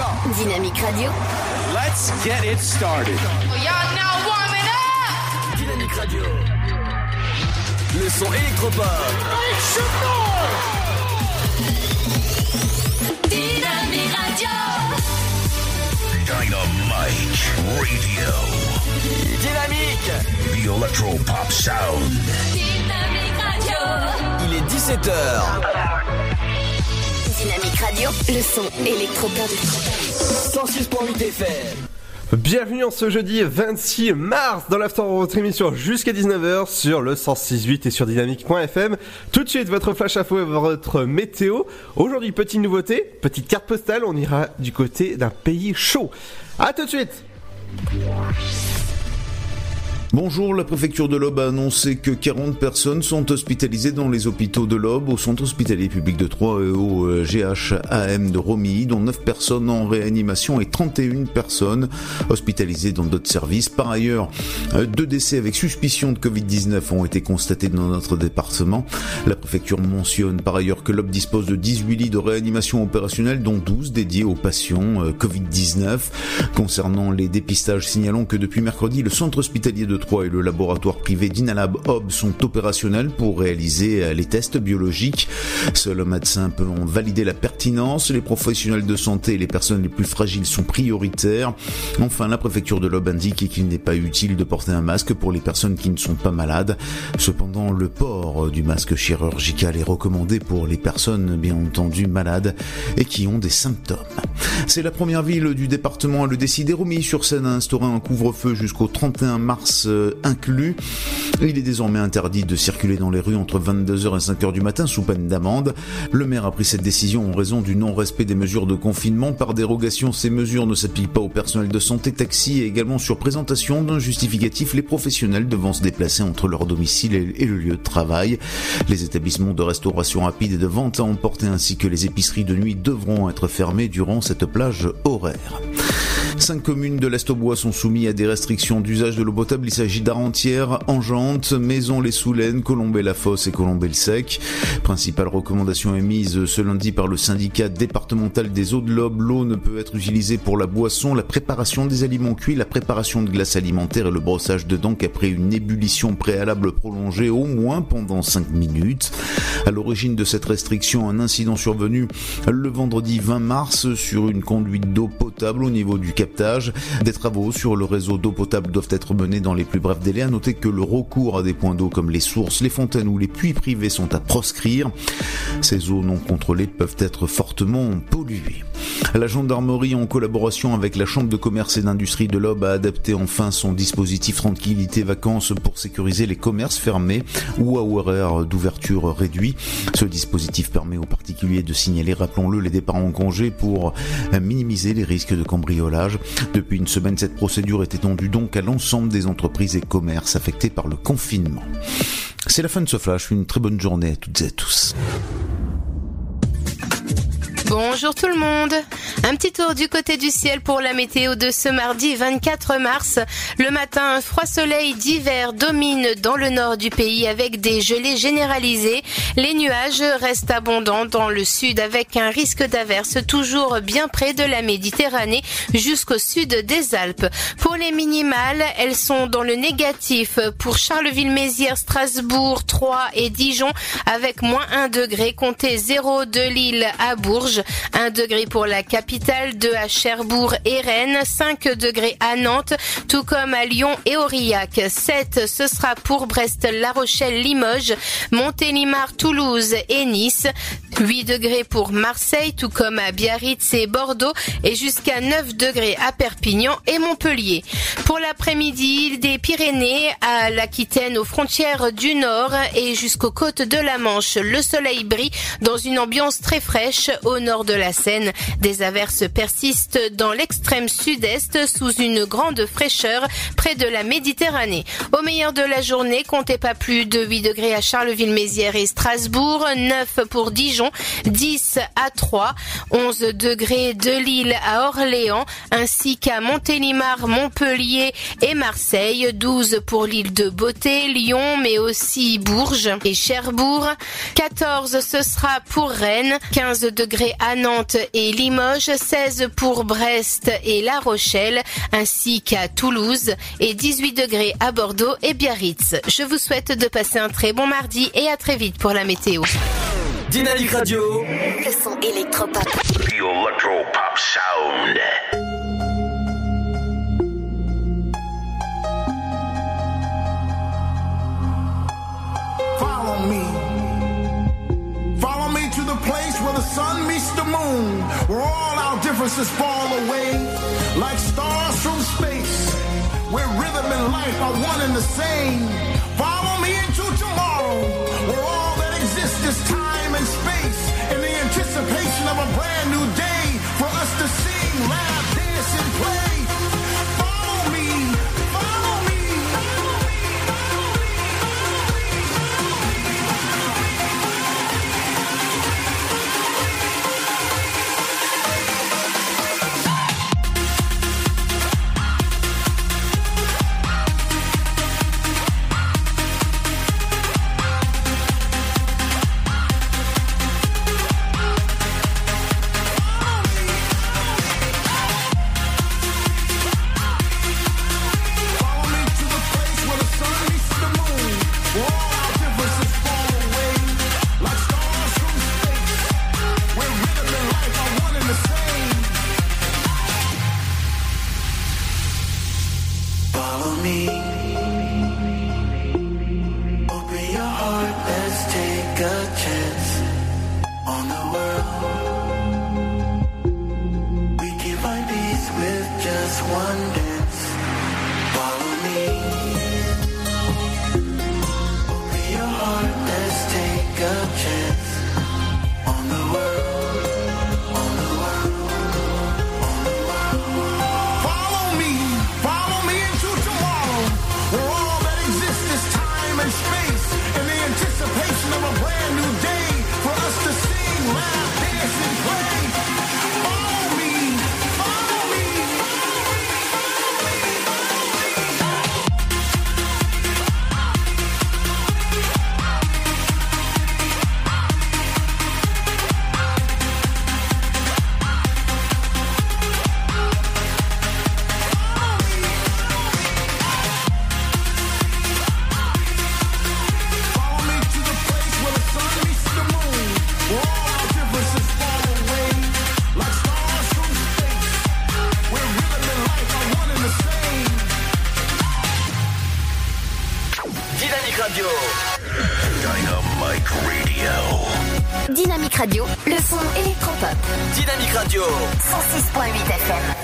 Dynamique Radio. Let's get it started. Y'all now warming up. Dynamique Radio. Le son électropop. Dynamique Radio. Dynamite Radio. Dynamique. The Electropop Sound. Dynamique Radio. Il est 17h. Dynamique Radio. Le son électropop. 106.8 FM. Bienvenue en ce jeudi 26 mars dans l'After, votre émission jusqu'à 19h sur le 106.8 et sur dynamique.fm. Tout de suite, votre flash info et votre météo. Aujourd'hui, petite nouveauté, petite carte postale, on ira du côté d'un pays chaud. A tout de suite. Bonjour, la préfecture de l'Aube a annoncé que 40 personnes sont hospitalisées dans les hôpitaux de l'Aube, au centre hospitalier public de Troyes et au GHAM de Romilly, dont 9 personnes en réanimation et 31 personnes hospitalisées dans d'autres services. Par ailleurs, 2 décès avec suspicion de Covid-19 ont été constatés dans notre département. La préfecture mentionne par ailleurs que l'Aube dispose de 18 lits de réanimation opérationnelle, dont 12 dédiés aux patients Covid-19. Concernant les dépistages, signalons que depuis mercredi, le centre hospitalier de Troyes et le laboratoire privé d'Inalab Aube sont opérationnels pour réaliser les tests biologiques. Seuls les médecins peuvent en valider la pertinence. Les professionnels de santé et les personnes les plus fragiles sont prioritaires. Enfin, la préfecture de l'Aube indique qu'il n'est pas utile de porter un masque pour les personnes qui ne sont pas malades. Cependant, le port du masque chirurgical est recommandé pour les personnes, bien entendu, malades et qui ont des symptômes. C'est la première ville du département à le décider. Romilly-sur-Seine a instauré un couvre-feu jusqu'au 31 mars inclus. Il est désormais interdit de circuler dans les rues entre 22h et 5h du matin sous peine d'amende. Le maire a pris cette décision en raison du non-respect des mesures de confinement. Par dérogation, ces mesures ne s'appliquent pas au personnel de santé, taxi et également sur présentation d'un justificatif, les professionnels devant se déplacer entre leur domicile et le lieu de travail. Les établissements de restauration rapide et de vente à emporter ainsi que les épiceries de nuit devront être fermés durant cette plage horaire. 5 communes de l'Est-Aubois sont soumises à des restrictions d'usage de l'eau potable. Il s'agit d'Arentières, Angente, Maison-les-Soulaines, Colombey-la-Fosse et Colombey-le-Sec. Principale recommandation émise ce lundi par le syndicat départemental des eaux de l'Aube. L'eau ne peut être utilisée pour la boisson, la préparation des aliments cuits, la préparation de glace alimentaire et le brossage de dents qu'après une ébullition préalable prolongée au moins pendant 5 minutes. À l'origine de cette restriction, un incident survenu le vendredi 20 mars sur une conduite d'eau potable au niveau du captage. Des travaux sur le réseau d'eau potable doivent être menés dans les plus brefs délais. À noter que le recours à des points d'eau comme les sources, les fontaines ou les puits privés sont à proscrire. Ces eaux non contrôlées peuvent être fortement polluées. La gendarmerie, en collaboration avec la Chambre de commerce et d'industrie de l'Aube, a adapté enfin son dispositif Tranquillité Vacances pour sécuriser les commerces fermés ou à horaire d'ouverture réduit. Ce dispositif permet aux particuliers de signaler, rappelons-le, les départs en congé pour minimiser les risques de cambriolage. Depuis une semaine, cette procédure est étendue donc à l'ensemble des entreprises et commerces affectés par le confinement. C'est la fin de ce flash, une très bonne journée à toutes et à tous. Bonjour tout le monde. Un petit tour du côté du ciel pour la météo de ce mardi 24 mars. Le matin, un froid soleil d'hiver domine dans le nord du pays avec des gelées généralisées. Les nuages restent abondants dans le sud avec un risque d'averse toujours bien près de la Méditerranée jusqu'au sud des Alpes. Pour les minimales, elles sont dans le négatif pour Charleville-Mézières, Strasbourg, Troyes et Dijon avec moins 1 degré, comptez 0 de Lille à Bourges. 1 degré pour la capitale, 2 à Cherbourg et Rennes, 5 degrés à Nantes, tout comme à Lyon et Aurillac. 7, ce sera pour Brest, La Rochelle, Limoges, Montélimar, Toulouse et Nice. 8 degrés pour Marseille, tout comme à Biarritz et Bordeaux, et jusqu'à 9 degrés à Perpignan et Montpellier. Pour l'après-midi, des Pyrénées à l'Aquitaine, aux frontières du Nord et jusqu'aux côtes de la Manche, le soleil brille dans une ambiance très fraîche au nord de la Seine. Des averses persistent dans l'extrême sud-est sous une grande fraîcheur près de la Méditerranée. Au meilleur de la journée, comptez pas plus de 8 degrés à Charleville-Mézières et Strasbourg, 9 pour Dijon, 10 à Troyes, 11 degrés de Lille à Orléans, ainsi qu'à Montélimar, Montpellier et Marseille, 12 pour l'île de Beauté, Lyon, mais aussi Bourges et Cherbourg, 14 ce sera pour Rennes, 15 degrés à Nantes et Limoges, 16 pour Brest et La Rochelle, ainsi qu'à Toulouse, et 18 degrés à Bordeaux et Biarritz. Je vous souhaite de passer un très bon mardi et à très vite pour la météo. Dynamique Radio. Le son électropop. The Electropop Sound. Follow me. Follow me to the place where the sun meets the moon, where all our differences fall away like stars from space, where rhythm and life are one and the same. Follow me into tomorrow, where all that exists is time and space, in the anticipation of a brand new day for us to sing, laugh, dance, and play. Follow me, follow me. Dynamique Radio, le son électropop. Dynamique Radio. 106.8 FM.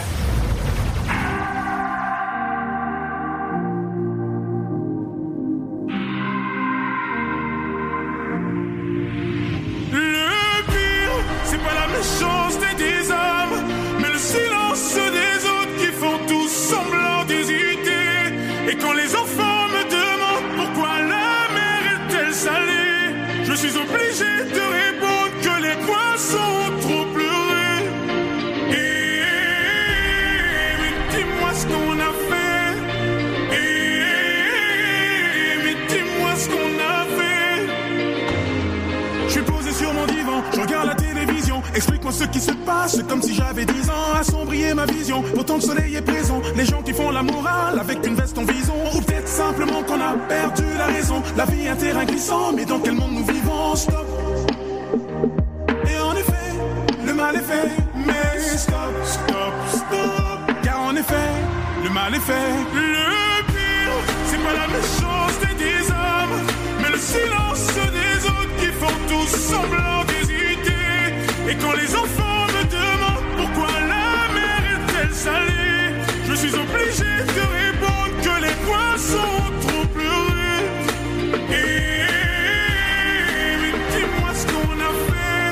C'est pas la méchanceté des hommes, mais le silence des autres qui font tous semblant d'hésiter. Et quand les enfants me demandent pourquoi la mer est-elle salée, je suis obligé de répondre que les poissons ont trop pleuré. Mais dis-moi ce qu'on a fait. Mais dis-moi ce qu'on a fait. Je suis posé sur mon divan, je regarde la télévision. Explique-moi ce qui se passe, c'est comme si j'avais 10 ans. Assombrir ma vision, pourtant le soleil est présent. Les gens qui font la morale avec une veste en vison. Ou peut-être simplement qu'on a perdu la raison. La vie est un terrain glissant, mais dans quel monde nous vivons? Stop. Et en effet, le mal est fait. Mais stop, stop, stop. Car en effet, le mal est fait. Le pire, c'est pas la méchanceté des hommes, mais le silence des autres qui font tous semblant d'hésiter. Et quand les enfants me demandent pourquoi la mer est-elle salée, je suis obligé de répondre que les poissons ont trop pleuré. Mais dis-moi ce qu'on a fait.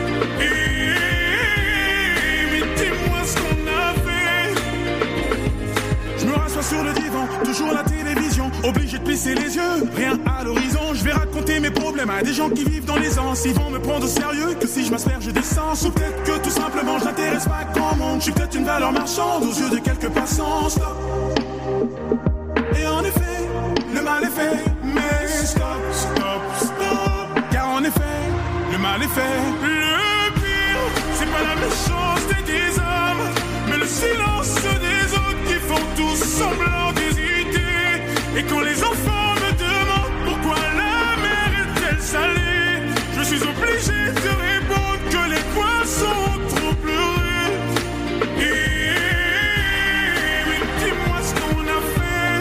Mais dis-moi ce qu'on a fait. Je me rassois sur le divan, toujours la télévision, obligé de plisser les yeux, rien à l'horizon. Je vais raconter mes problèmes à des gens qui vivent dans les anses. Ils vont me prendre au sérieux que si je m'asperge d'essence. Ou peut-être que tout simplement je n'intéresse pas grand monde. Je suis peut-être une valeur marchande aux yeux de quelques passants. Stop. Et en effet, le mal est fait. Mais stop, stop, stop. Car en effet, le mal est fait. Le pire, c'est méchanceté des hommes, mais le silence des autres qui font tous semblant d'hésiter. Et quand les enfants me demandent pourquoi la mer est-elle salée, je suis obligé de répondre que les poissons ont trop pleuré. Mais dis-moi ce qu'on a fait.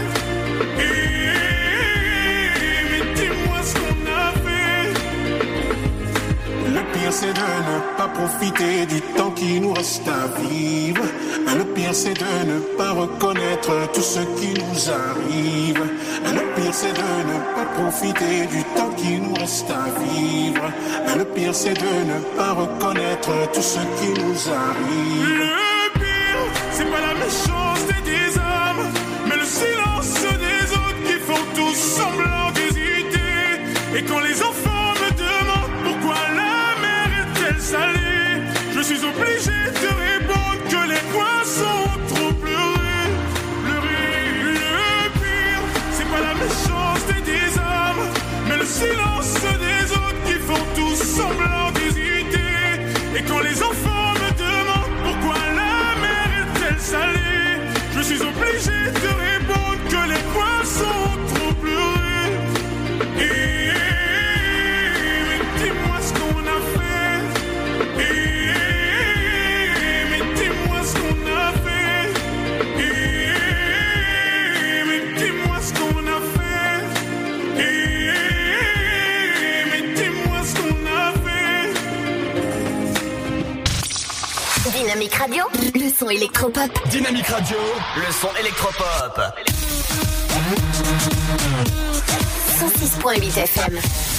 Mais dis-moi ce qu'on a fait. Le pire c'est de ne pas profiter du temps qui nous reste à vivre. Le pire c'est de ne pas reconnaître tout ce qui nous arrive. Le pire c'est de ne pas profiter du temps qui nous reste à vivre. Le pire c'est de ne pas reconnaître tout ce qui nous arrive. Le pire c'est pas la méchanceté des hommes, mais le silence des autres qui font tous semblant d'hésiter. Et quand les enfants me demandent pourquoi la mer est-elle salée, je suis obligé de répondre que les poissons ont trop pleuré. Le pire, c'est pas la méchanceté des hommes, mais le silence des autres qui font tous semblant d'hésiter. Et quand les enfants me demandent pourquoi la mer est-elle salée, je suis obligé de répondre que les poissons ont trop pleuré. Mais dis-moi ce qu'on a fait. Mais dis-moi ce qu'on a fait. Mais dis-moi ce qu'on a fait. Mais dis-moi ce qu'on a fait. Dynamique Radio, le son électropop. Dynamique Radio, le son électropop. 106.8 FM.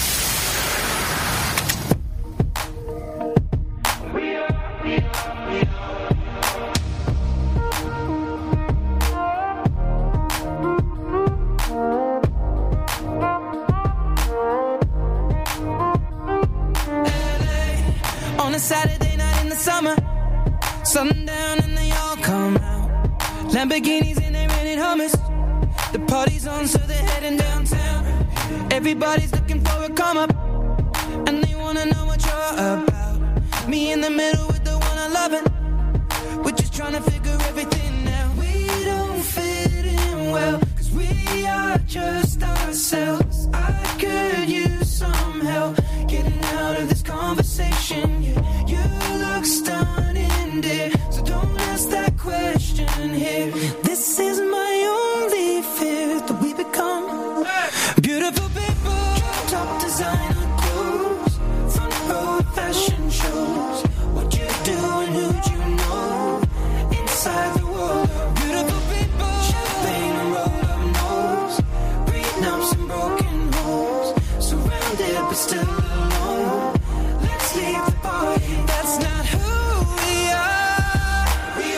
On a Saturday night in the summer, sundown and they all come out. Lamborghinis and they rented hummus. The party's on, so they're heading downtown. Everybody's looking for a come up, and they wanna know what you're about. Me in the middle with the one I love it. We're just trying to figure everything out. We don't fit in well, 'cause we are just ourselves. I could use some help getting out of this conversation. Yeah, you look stunning, dear, so don't ask that question here. This is my only fear, that we become beautiful people. Top designer clothes, front row fashion shows. What you do and who'd you know inside the world. Beautiful people, champagne and rolled up nose, prenups and broken homes, surrounded but still alone. Let's leave the party. That's not who we are.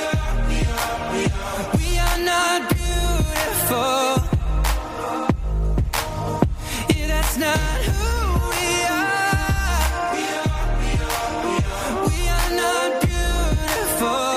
We are not beautiful. Yeah, that's not who we are. We are not beautiful.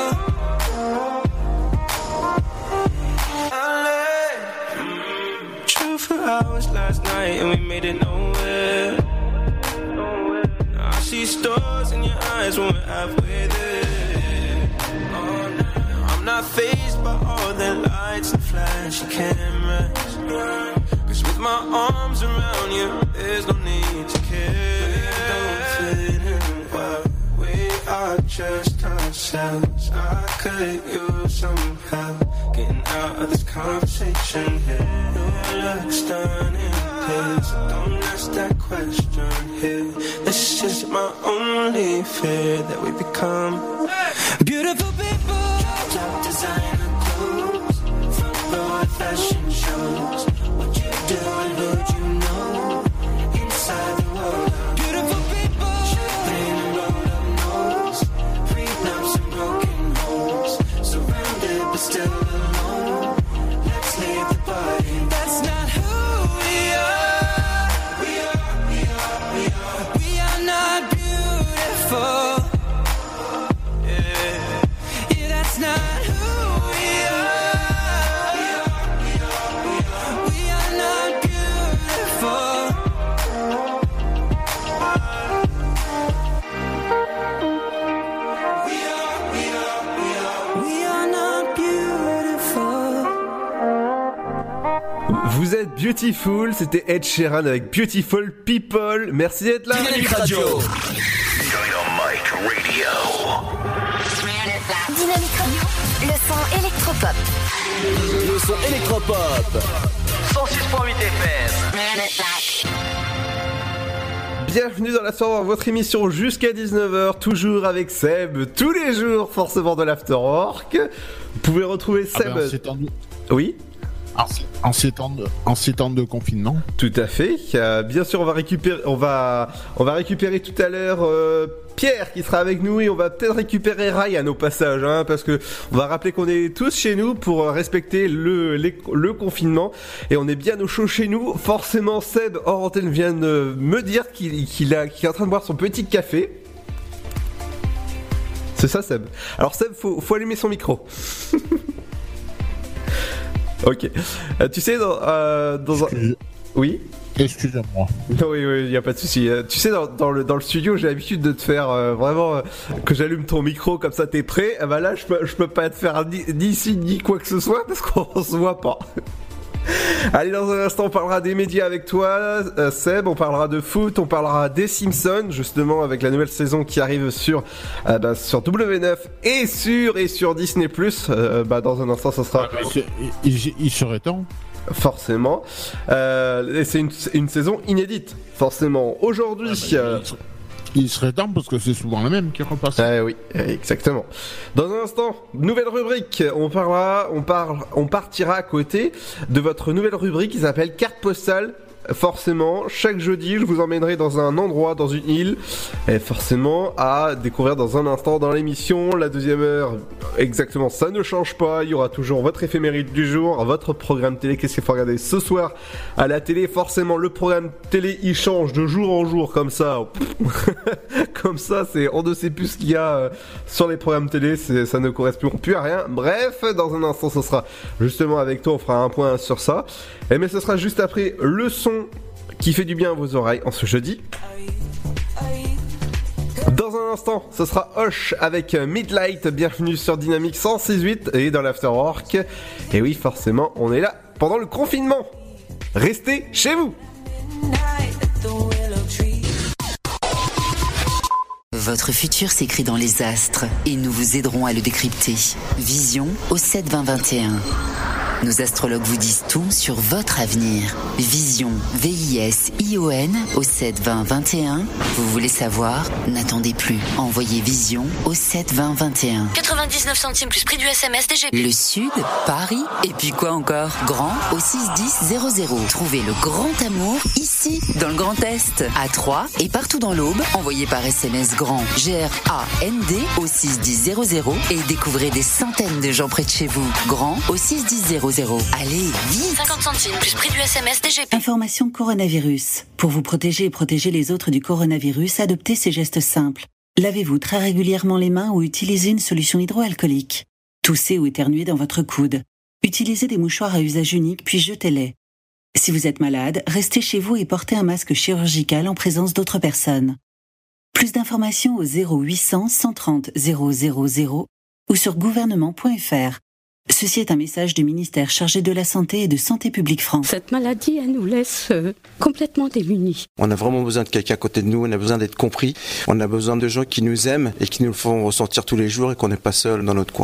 Drove for hours last night and we made it nowhere. Now I see stars in your eyes when we're halfway there. Oh, no. I'm not fazed by all the lights and flashy cameras, 'cause with my arms around you, there's no need to care. We don't fit in well, we are just ourselves. I could use some help getting out of this conversation here. You look stunning, please, so don't ask that question here. This is my only fear, that we become beautiful people. Top designer clothes, front row fashion shows. What you do and who'd you know inside the world. Beautiful people, champagne and rolled up nose, prenups and broken homes, surrounded but still alone. Let's leave the party. That's not who we are. We are not beautiful. Yeah, that's not who we are. Vous êtes beautiful, c'était Ed Sheeran avec Beautiful People. Merci d'être là. Dynamique Radio. Dynamique Radio. Dynamique Radio, le son électropop. Le son électropop. 106.8 FM. Bienvenue dans l'Afterwork, votre émission jusqu'à 19h, toujours avec Seb, tous les jours forcément de l'Afterwork. Vous pouvez retrouver Seb... Oui. En ces temps de confinement. Tout à fait. Bien sûr, on va récupérer tout à l'heure Pierre qui sera avec nous et on va peut-être récupérer Ryan au passage, hein, parce que on va rappeler qu'on est tous chez nous pour respecter le confinement et on est bien au chaud chez nous. Forcément, Seb hors antenne vient de me dire qu'il est en train de boire son petit café. C'est ça, Seb. Alors Seb, faut allumer son micro. Ok. Tu sais, dans un... Oui. Excusez-moi. Oui, y a pas de souci. Tu sais, dans le studio, j'ai l'habitude de te faire vraiment que j'allume ton micro comme ça, t'es prêt. Ah bah là, je peux pas te faire ni signe ni quoi que ce soit parce qu'on se voit pas. Allez, dans un instant, on parlera des médias avec toi, Seb. On parlera de foot, on parlera des Simpsons, justement, avec la nouvelle saison qui arrive sur W9 et sur Disney+. Dans un instant, ça sera... Il serait temps. Forcément. Et c'est une saison inédite, forcément. Aujourd'hui... Il serait temps parce que c'est souvent la même qui repasse. Oui, exactement. Dans un instant, nouvelle rubrique. On partira à côté de votre nouvelle rubrique qui s'appelle Carte postale. Forcément, chaque jeudi, je vous emmènerai dans un endroit, dans une île, et forcément à découvrir dans un instant dans l'émission. La deuxième heure, exactement, ça ne change pas. Il y aura toujours votre éphéméride du jour, votre programme télé. Qu'est-ce qu'il faut regarder ce soir à la télé? Forcément, le programme télé, il change de jour en jour, comme ça. Comme ça, on ne sait plus ce qu'il y a sur les programmes télé. Ça ne correspond plus à rien. Bref, dans un instant, ce sera justement avec toi. On fera un point sur ça. Mais ce sera juste après le son qui fait du bien à vos oreilles en ce jeudi. Dans un instant, ce sera Hoche avec Midlight. Bienvenue sur Dynamique 106.8 et dans l'Afterwork. Et oui, forcément, on est là pendant le confinement. Restez chez vous. Votre futur s'écrit dans les astres et nous vous aiderons à le décrypter. Vision au 7-20-21. Nos astrologues vous disent tout sur votre avenir. Vision, V-I-S-I-O-N au 7-20-21. Vous voulez savoir? N'attendez plus. Envoyez Vision au 7-20-21. 99 centimes plus prix du SMS DGP. Le Sud, Paris, et puis quoi encore? Grand au 61000. Trouvez le grand amour ici, dans le Grand Est, à Troyes et partout dans l'Aube. Envoyez par SMS grand G-R-A-N-D au 61000 et découvrez des centaines de gens près de chez vous. Grand au 61000. Allez, vite! 50 centimes plus prix du SMS DGP. Information coronavirus. Pour vous protéger et protéger les autres du coronavirus, adoptez ces gestes simples. Lavez-vous très régulièrement les mains ou utilisez une solution hydroalcoolique. Toussez ou éternuez dans votre coude. Utilisez des mouchoirs à usage unique puis jetez-les. Si vous êtes malade, restez chez vous et portez un masque chirurgical en présence d'autres personnes. Plus d'informations au 0800 130 000 ou sur gouvernement.fr. Ceci est un message du ministère chargé de la Santé et de Santé publique France. Cette maladie, elle nous laisse complètement démunis. On a vraiment besoin de quelqu'un à côté de nous, on a besoin d'être compris, on a besoin de gens qui nous aiment et qui nous le font ressentir tous les jours et qu'on n'est pas seul dans notre coin.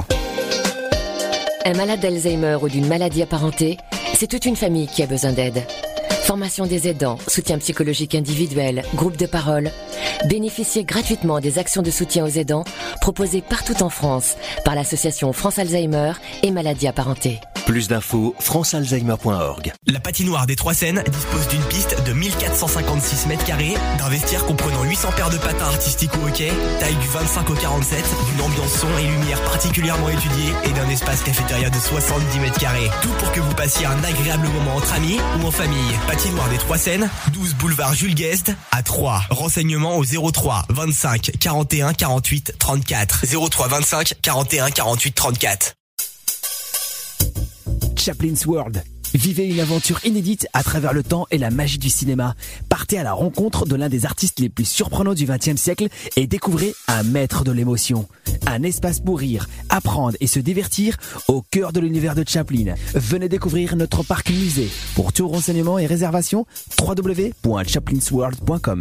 Un malade d'Alzheimer ou d'une maladie apparentée, c'est toute une famille qui a besoin d'aide. Formation des aidants, soutien psychologique individuel, groupe de parole. Bénéficiez gratuitement des actions de soutien aux aidants proposées partout en France par l'association France Alzheimer et maladies apparentées. Plus d'infos, francealzheimer.org. La patinoire des Trois Seines dispose d'une piste de 1456 mètres carrés, d'un vestiaire comprenant 800 paires de patins artistiques au hockey, taille du 25 au 47, d'une ambiance son et lumière particulièrement étudiée et d'un espace cafétéria de 70 mètres carrés. Tout pour que vous passiez un agréable moment entre amis ou en famille. Patinoire des Trois Seines, 12 boulevard Jules Guest à Troyes. Renseignements au 03 25 41 48 34. 03 25 41 48 34. Chaplin's World, Vivez une aventure inédite à travers le temps et la magie du cinéma. Partez à la rencontre de l'un des artistes les plus surprenants du XXe siècle et découvrez un maître de l'émotion. Un espace pour rire, apprendre et se divertir au cœur de l'univers de Chaplin. Venez découvrir notre parc musée. Pour tout renseignement et réservation, www.chaplinsworld.com.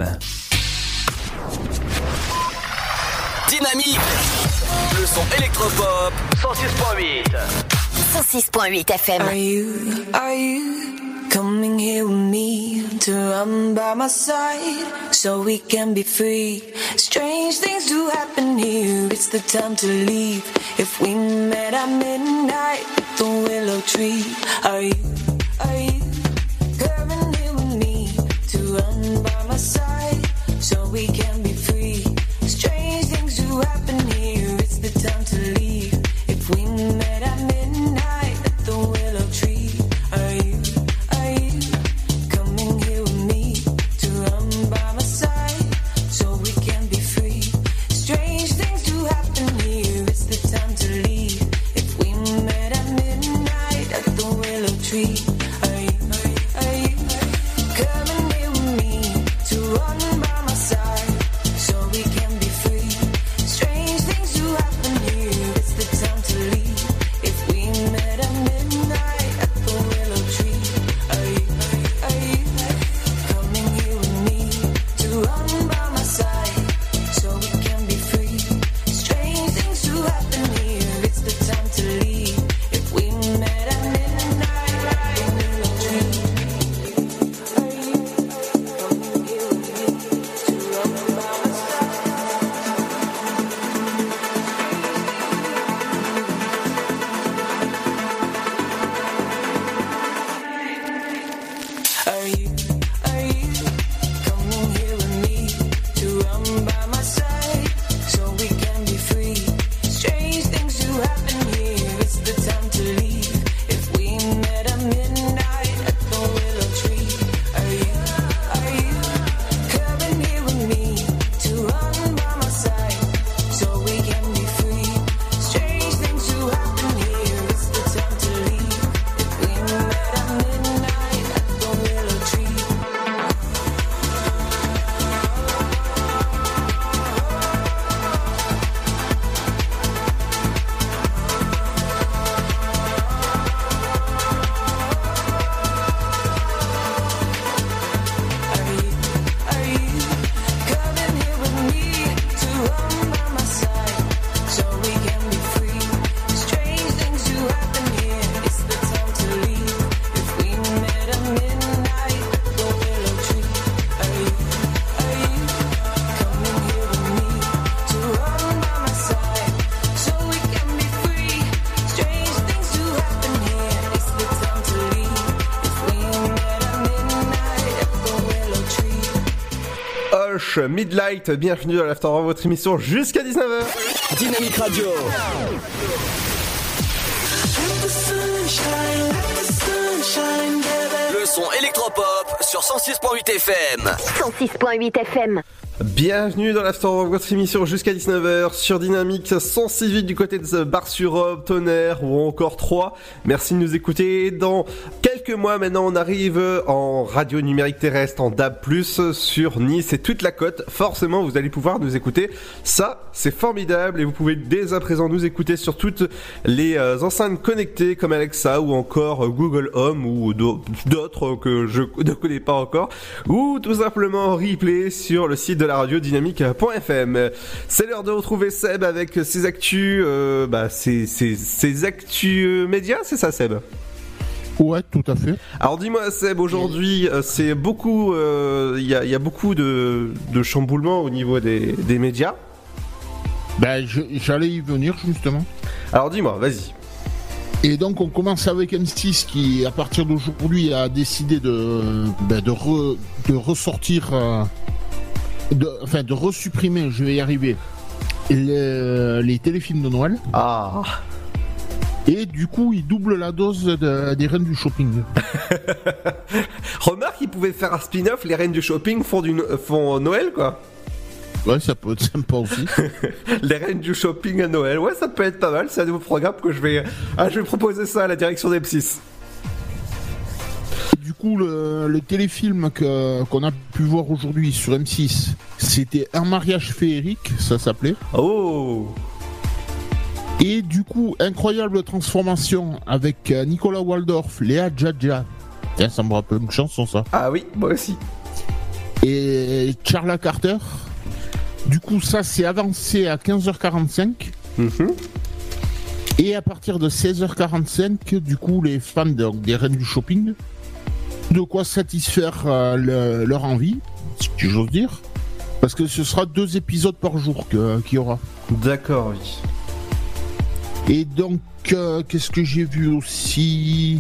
Dynamique, le son électropop 106.8. 106.8 FM. Are you coming here with me to run by my side so we can be free? Strange things do happen here. It's the time to leave. If we met at midnight at the willow tree, are you coming here with me to run by my side so we can be free? Strange things do happen here. It's the time to leave. If we met at midnight at the willow tree, are you coming here with me to run by my side so we can be free? Strange things do happen here. It's the time to leave. If we met at midnight at the willow tree, are you coming here with me to run by my side so we can be free? Strange things do happen here. It's the time to leave. If we met at midnight at the willow tree, are you coming here with me to run by my side so we can be free? Strange things do happen here. It's the time to leave. If we met at midnight at the willow tree, are you coming here with me to run by my side? Are you coming here with me to run by my side so we can be free? Strange things do happen here. It's the time to leave. If we met at midnight at the willow tree, are you coming here with me to run by my side so we can be free? Strange things do happen here. It's the time to leave. If we met at midnight at the willow tree. Are you coming here with me to run by my side so we can be free? Strange things do happen here. It's the time to leave. If we met at midnight at the willow tree, are you coming here with me to run by my side so we can be free? Strange things do happen here. It's the time to leave. If we met at midnight at the willow tree. Hush, Midlight, bienvenue dans l'After Hour, votre émission jusqu'à 19h. Dynamique Radio. Le son électropop sur 106.8 FM. 106.8 FM. Bienvenue dans l'After Hour, votre émission jusqu'à 19h sur Dynamique 106.8 du côté de Bar-sur-Aube, Tonnerre ou encore Troyes. Merci de nous écouter. Dans quelques mois maintenant, on arrive en radio numérique terrestre, en DAB+, sur Nice et toute la côte. Forcément, vous allez pouvoir nous écouter. Ça, c'est formidable et vous pouvez dès à présent nous écouter sur toutes les enceintes connectées comme Alexa ou encore Google Home ou d'autres que je ne connais pas encore, ou tout simplement en replay sur le site de la radio dynamique.fm. C'est l'heure de retrouver Seb avec ses actus, ses actus médias, c'est ça Seb? Ouais, tout à fait. Alors dis-moi Seb, aujourd'hui c'est beaucoup, il y a beaucoup de chamboulements au niveau des médias. Ben j'allais y venir justement. Alors dis-moi, vas-y. Et donc on commence avec M6 qui à partir d'aujourd'hui a décidé de ressortir, de resupprimer, je vais y arriver, les téléfilms de Noël. Ah. Et du coup, il double la dose des Reines du Shopping. Remarque, ils pouvaient faire un spin-off, les Reines du Shopping font Noël, quoi. Ouais, ça peut être sympa aussi. Les Reines du Shopping à Noël, ouais, ça peut être pas mal. C'est un nouveau programme que je vais proposer ça à la direction d'M6. coup, le téléfilm qu'on a pu voir aujourd'hui sur M6, c'était Un mariage féerique, ça s'appelait. Oh. Et du coup, incroyable transformation avec Nicolas Waldorf, Léa Djadja. Tiens, ça me rappelle une chanson, ça. Ah oui, moi aussi. Et Charla Carter. Du coup, ça, c'est avancé à 15h45. Et à partir de 16h45, du coup, les fans des Reines du Shopping, de quoi satisfaire leur envie, si j'ose dire. Parce que ce sera 2 épisodes par jour qu'il y aura. D'accord, oui. Et donc, qu'est-ce que j'ai vu aussi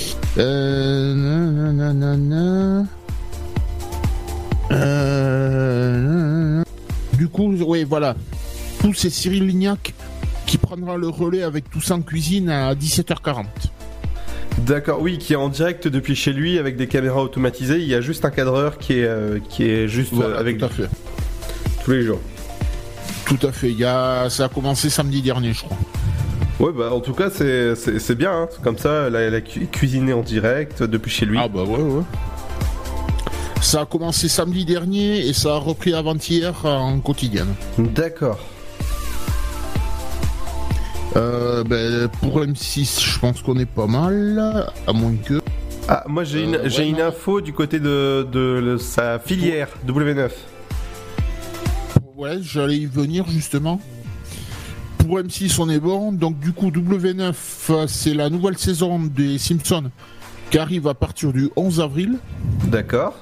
Du coup, oui, voilà. Tout c'est Cyril Lignac qui prendra le relais avec Toussaint en cuisine à 17h40. D'accord, oui, qui est en direct depuis chez lui avec des caméras automatisées. Il y a juste un cadreur qui est juste voilà, avec tout à fait. Tous les jours. Tout à fait. Ça a commencé samedi dernier, je crois. Ouais, bah en tout cas, c'est bien. Hein. Comme ça, elle a cuisiné en direct depuis chez lui. Ah bah ouais. Ça a commencé samedi dernier et ça a repris avant-hier en quotidienne. D'accord. Pour M6, je pense qu'on est pas mal, à moins que... Ah, moi j'ai une info du côté de sa filière, W9. Ouais, j'allais y venir justement. Pour M6, on est bon. Donc du coup, W9, c'est la nouvelle saison des Simpsons qui arrive à partir du 11 avril. D'accord.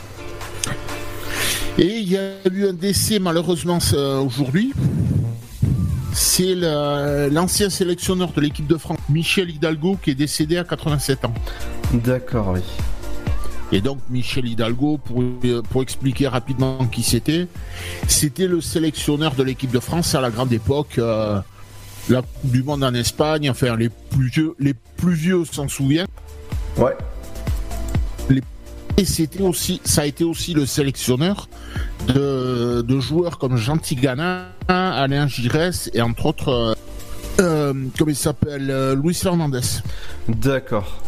Et il y a eu un décès malheureusement aujourd'hui. C'est l'ancien sélectionneur de l'équipe de France, Michel Hidalgo, qui est décédé à 87 ans. D'accord, oui. Et donc Michel Hidalgo, pour expliquer rapidement qui c'était le sélectionneur de l'équipe de France à la grande époque, la Coupe du Monde en Espagne, enfin les plus vieux s'en souviennent. Ouais. Et ça a été aussi le sélectionneur de joueurs comme Jean Tigana, Alain Giresse et entre autres, comment il s'appelle, Luis Fernandez. D'accord.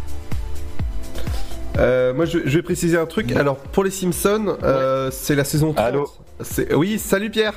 Moi je vais préciser un truc. Alors pour les Simpsons, c'est la saison 30. Allô. Oui, salut Pierre.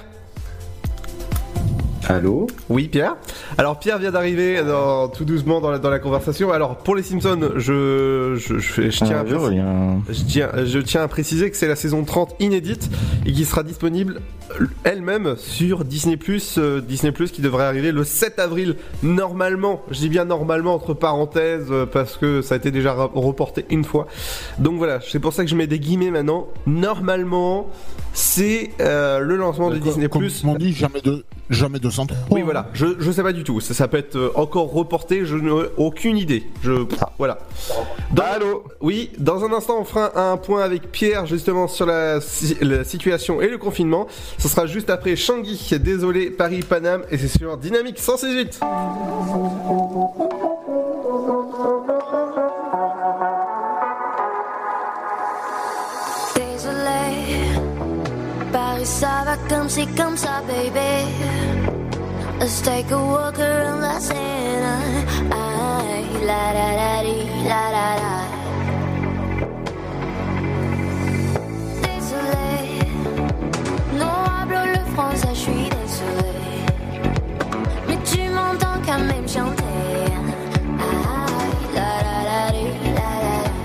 Allô. Oui Pierre. Alors Pierre vient d'arriver tout doucement dans la conversation. Alors pour les Simpsons, je tiens à préciser que c'est la saison 30 inédite et qui sera disponible elle-même sur Disney+, qui devrait arriver le 7 avril normalement. Je dis bien normalement entre parenthèses parce que ça a été déjà reporté une fois. Donc voilà, c'est pour ça que je mets des guillemets maintenant. Normalement, c'est le lancement de Disney+. Comme on dit, jamais 203. Oui, voilà. Je sais pas du tout. Ça peut être encore reporté. Je n'ai aucune idée. Voilà. Allô. Oui. Dans un instant, on fera un point avec Pierre justement sur la situation et le confinement. Ce sera juste après Shangi. Désolé, Paris, Paname, et c'est sur Dynamique 106.8. Paris, ça va comme c'est comme ça, baby. Let's take a walk around la Seine. Ay, la la la di, la la la. Désolé, no hablo le français, je suis désolé. Mais tu m'entends quand même chanter. Ay, la la la di, la la la.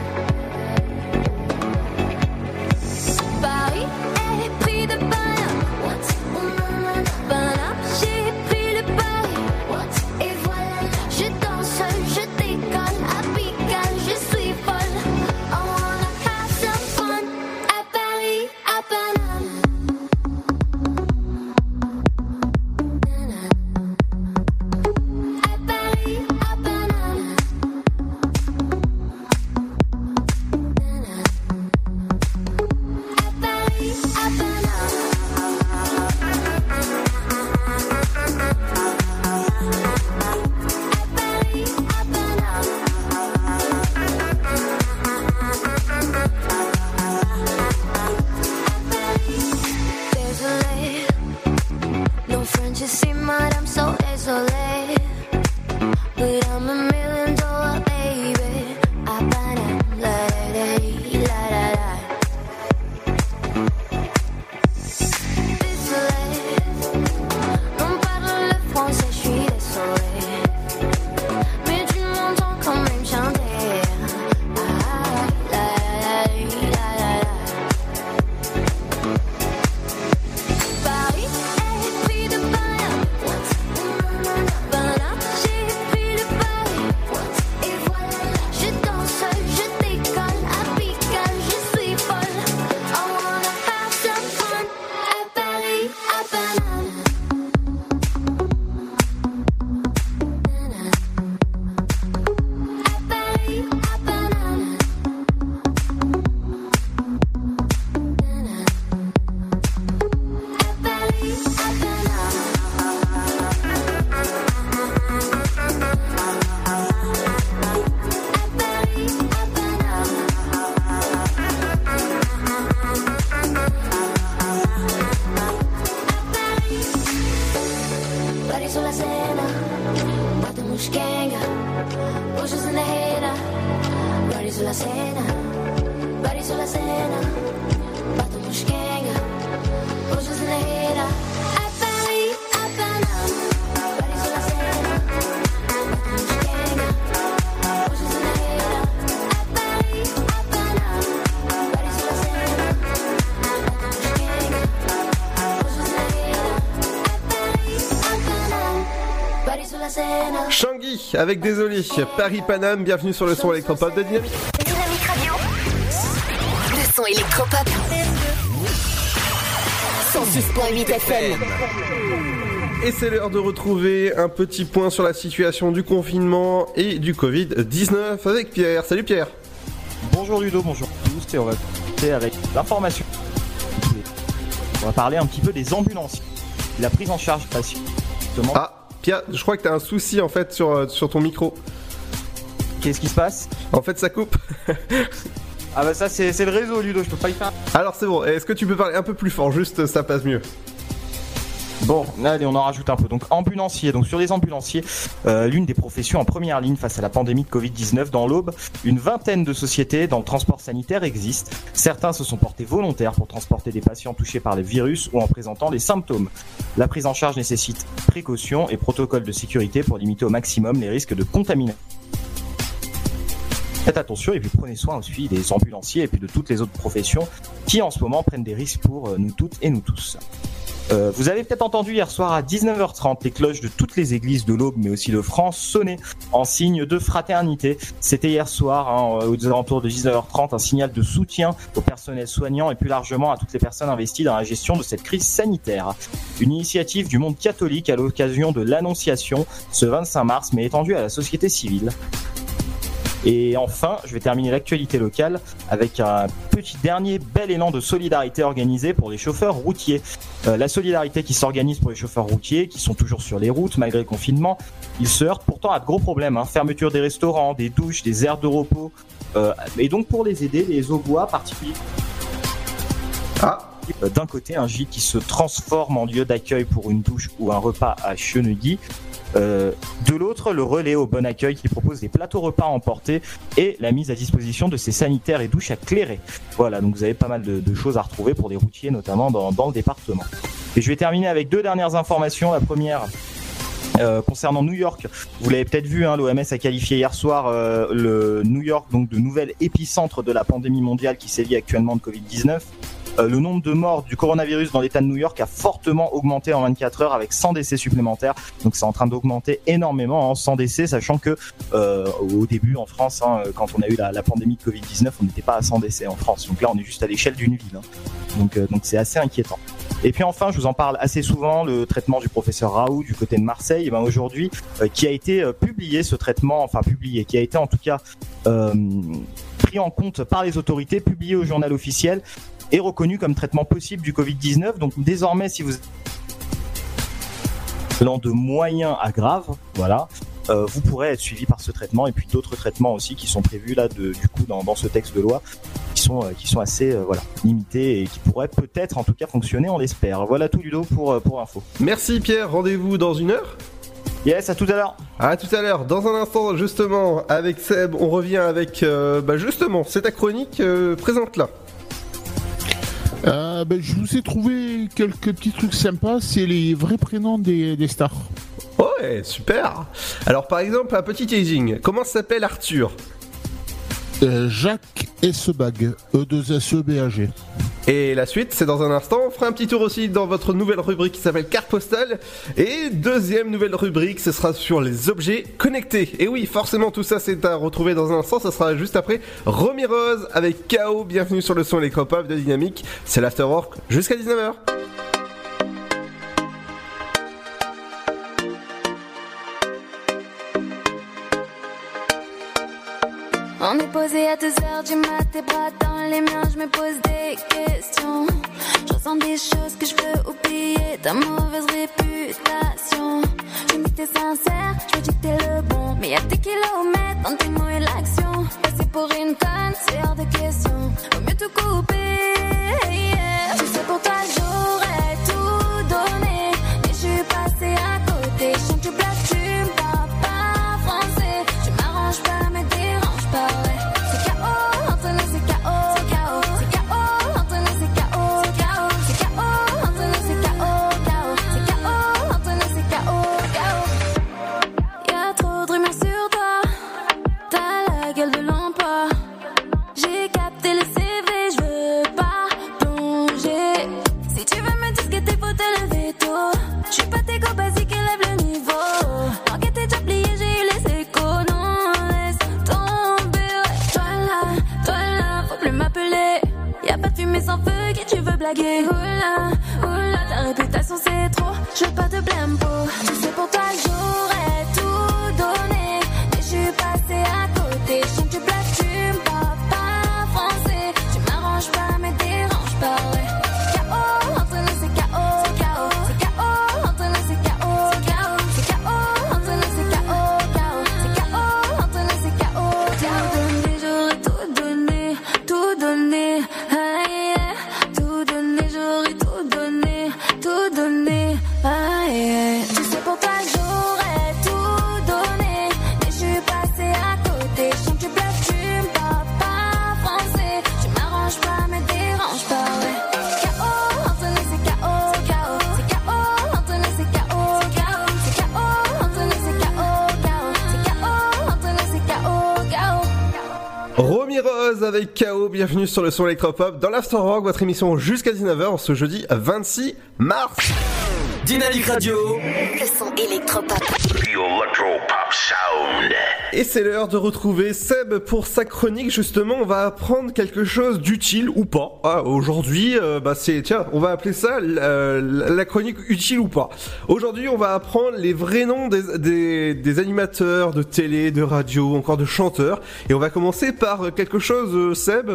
Paris est pris de Paname. Paname, j'ai pris le Paris. Et voilà, je danse, je déconne, à Pigalle, je suis folle. cena, batemos quenga, pollos en la jera, body sulla cena, batemos quenga, pollos en la jera, a Paris, a Paname, body sulla cena, batemos quenga, pollos en la jera, a Paris, a Paname, body sulla cena, batemos quenga, pollos en la jera, a Paris, a Paname, body sulla cena. Shangi avec Désolé, Paris-Paname, bienvenue sur le son électropop de Dynamique. Dynamique Radio. Le son électropop. 106.8 FM. Et c'est l'heure de retrouver un petit point sur la situation du confinement et du Covid-19 avec Pierre. Salut Pierre. Bonjour Ludo, bonjour à tous, et on va commencer avec l'information. On va parler un petit peu des ambulanciers, la prise en charge patient. Ah, Pierre, je crois que t'as un souci en fait sur ton micro. Qu'est-ce qui se passe ? En fait, ça coupe. Ah bah ça c'est le réseau Ludo, je peux pas y faire. Alors c'est bon, est-ce que tu peux parler un peu plus fort, juste ça passe mieux. Bon, allez, on en rajoute un peu. Donc ambulanciers, donc sur les ambulanciers, l'une des professions en première ligne face à la pandémie de Covid-19 dans l'Aube, une vingtaine de sociétés dans le transport sanitaire existent. Certains se sont portés volontaires pour transporter des patients touchés par le virus ou en présentant les symptômes. La prise en charge nécessite précautions et protocoles de sécurité pour limiter au maximum les risques de contamination. Faites attention et puis prenez soin aussi des ambulanciers et puis de toutes les autres professions qui en ce moment prennent des risques pour nous toutes et nous tous. Vous avez peut-être entendu hier soir à 19h30 les cloches de toutes les églises de l'Aube mais aussi de France sonner en signe de fraternité. C'était hier soir, aux alentours de 19h30, un signal de soutien au personnel soignant et plus largement à toutes les personnes investies dans la gestion de cette crise sanitaire. Une initiative du monde catholique à l'occasion de l'Annonciation ce 25 mars mais étendue à la société civile. Et enfin, je vais terminer l'actualité locale avec un petit dernier bel élan de solidarité organisé pour les chauffeurs routiers. La solidarité qui s'organise pour les chauffeurs routiers, qui sont toujours sur les routes malgré le confinement, ils se heurtent pourtant à de gros problèmes. Fermeture des restaurants, des douches, des aires de repos. Et donc pour les aider, les Aubois particuliers. D'un côté, un gîte qui se transforme en lieu d'accueil pour une douche ou un repas à Cheneuilly. De l'autre, le relais au Bon Accueil qui propose des plateaux repas à emporter et la mise à disposition de ces sanitaires et douches à clairer. Voilà, donc vous avez pas mal de choses à retrouver pour les routiers, notamment dans le département. Et je vais terminer avec deux dernières informations. La première, concernant New York, vous l'avez peut-être vu, l'OMS a qualifié hier soir le New York donc de nouvel épicentre de la pandémie mondiale qui sévit actuellement de Covid-19. Le nombre de morts du coronavirus dans l'état de New York a fortement augmenté en 24 heures avec 100 décès supplémentaires. Donc c'est en train d'augmenter énormément, 100 décès, sachant que au début en France, quand on a eu la pandémie de Covid-19, on n'était pas à 100 décès en France. Donc là, on est juste à l'échelle d'une ville. Donc c'est assez inquiétant. Et puis enfin, je vous en parle assez souvent, le traitement du professeur Raoult du côté de Marseille. Et ben aujourd'hui, qui a été publié, ce traitement, qui a été en tout cas pris en compte par les autorités, publié au journal officiel, est reconnu comme traitement possible du Covid-19. Donc désormais, si vous êtes de moyen à grave, voilà, vous pourrez être suivi par ce traitement et puis d'autres traitements aussi qui sont prévus là du coup dans ce texte de loi qui sont assez limités et qui pourraient peut-être en tout cas fonctionner, on l'espère. Voilà tout Ludo pour info. Merci Pierre, rendez-vous dans une heure. Yes, à tout à l'heure. À tout à l'heure. Dans un instant, justement, avec Seb, on revient avec justement, c'est ta chronique, présente-la. Je vous ai trouvé quelques petits trucs sympas, c'est les vrais prénoms des stars. Ouais, super. Alors par exemple, un petit teasing, comment s'appelle Arthur ? Jacques Essebag, E2SEBAG. Et la suite, c'est dans un instant. On fera un petit tour aussi dans votre nouvelle rubrique qui s'appelle Carte Postale. Et deuxième nouvelle rubrique, ce sera sur les objets connectés. Et oui, forcément, tout ça, c'est à retrouver dans un instant. Ça sera juste après Romy Rose avec KO. Bienvenue sur le son électropop de Dynamique. C'est l'Afterwork jusqu'à 19h. On est posé à 2h du mat, tes bras dans les miens, je me pose des questions. Je ressens des choses que je veux oublier, ta mauvaise réputation. Je me dis que t'es sincère, je me dis que t'es le bon, mais y'a des kilomètres entre tes mots et l'action. Passer pour une conne, c'est hors de question, vaut mieux tout couper, yeah. Tu sais pour toi j'aurais tout donné, mais je suis passé à côté, je sens que tu places draguer. Oula, oula, ta réputation c'est trop. Je veux pas de blâme pour. Tu sais, pour toi j'aurais tout donné. Mais je suis passée à côté. Je sens que tu blagues, tu me parles pas français. Tu m'arranges pas, mais dérange pas, ouais. K.O. entre nous, c'est K.O. C'est K.O. C'est K.O. entre nous, c'est K.O. C'est K.O. C'est K.O. entre nous, c'est K.O. K.O. C'est K.O. entre nous, c'est K.O. J'aurais tout donné, tout donné. Aïe, tout donné, j'aurais tout donné, tout donné. Aïe, tu sais, pour toi j'aurais tout donné. Mais je suis passée à côté. Je sens que tu blagues, tu me parles pas français. Tu m'arranges pas, mais dérange pas, ouais. K.O. entre nous, c'est K.O. C'est K.O. C'est K.O. entre nous, c'est K.O. C'est K.O. C'est K.O. entre nous, c'est K.O. K.O. C'est K.O. entre nous, c'est K.O. K.O. Romy Rose avec KO, bienvenue sur le son électropop dans l'After Rock, votre émission jusqu'à 19h ce jeudi 26 mars. Dynamique Radio. Le son électropop. The Electropop Sound. Et c'est l'heure de retrouver Seb pour sa chronique. Justement, on va apprendre quelque chose d'utile ou pas. Ah, aujourd'hui, on va appeler ça la chronique utile ou pas. Aujourd'hui, on va apprendre les vrais noms des animateurs de télé, de radio, encore de chanteurs. Et on va commencer par quelque chose, Seb.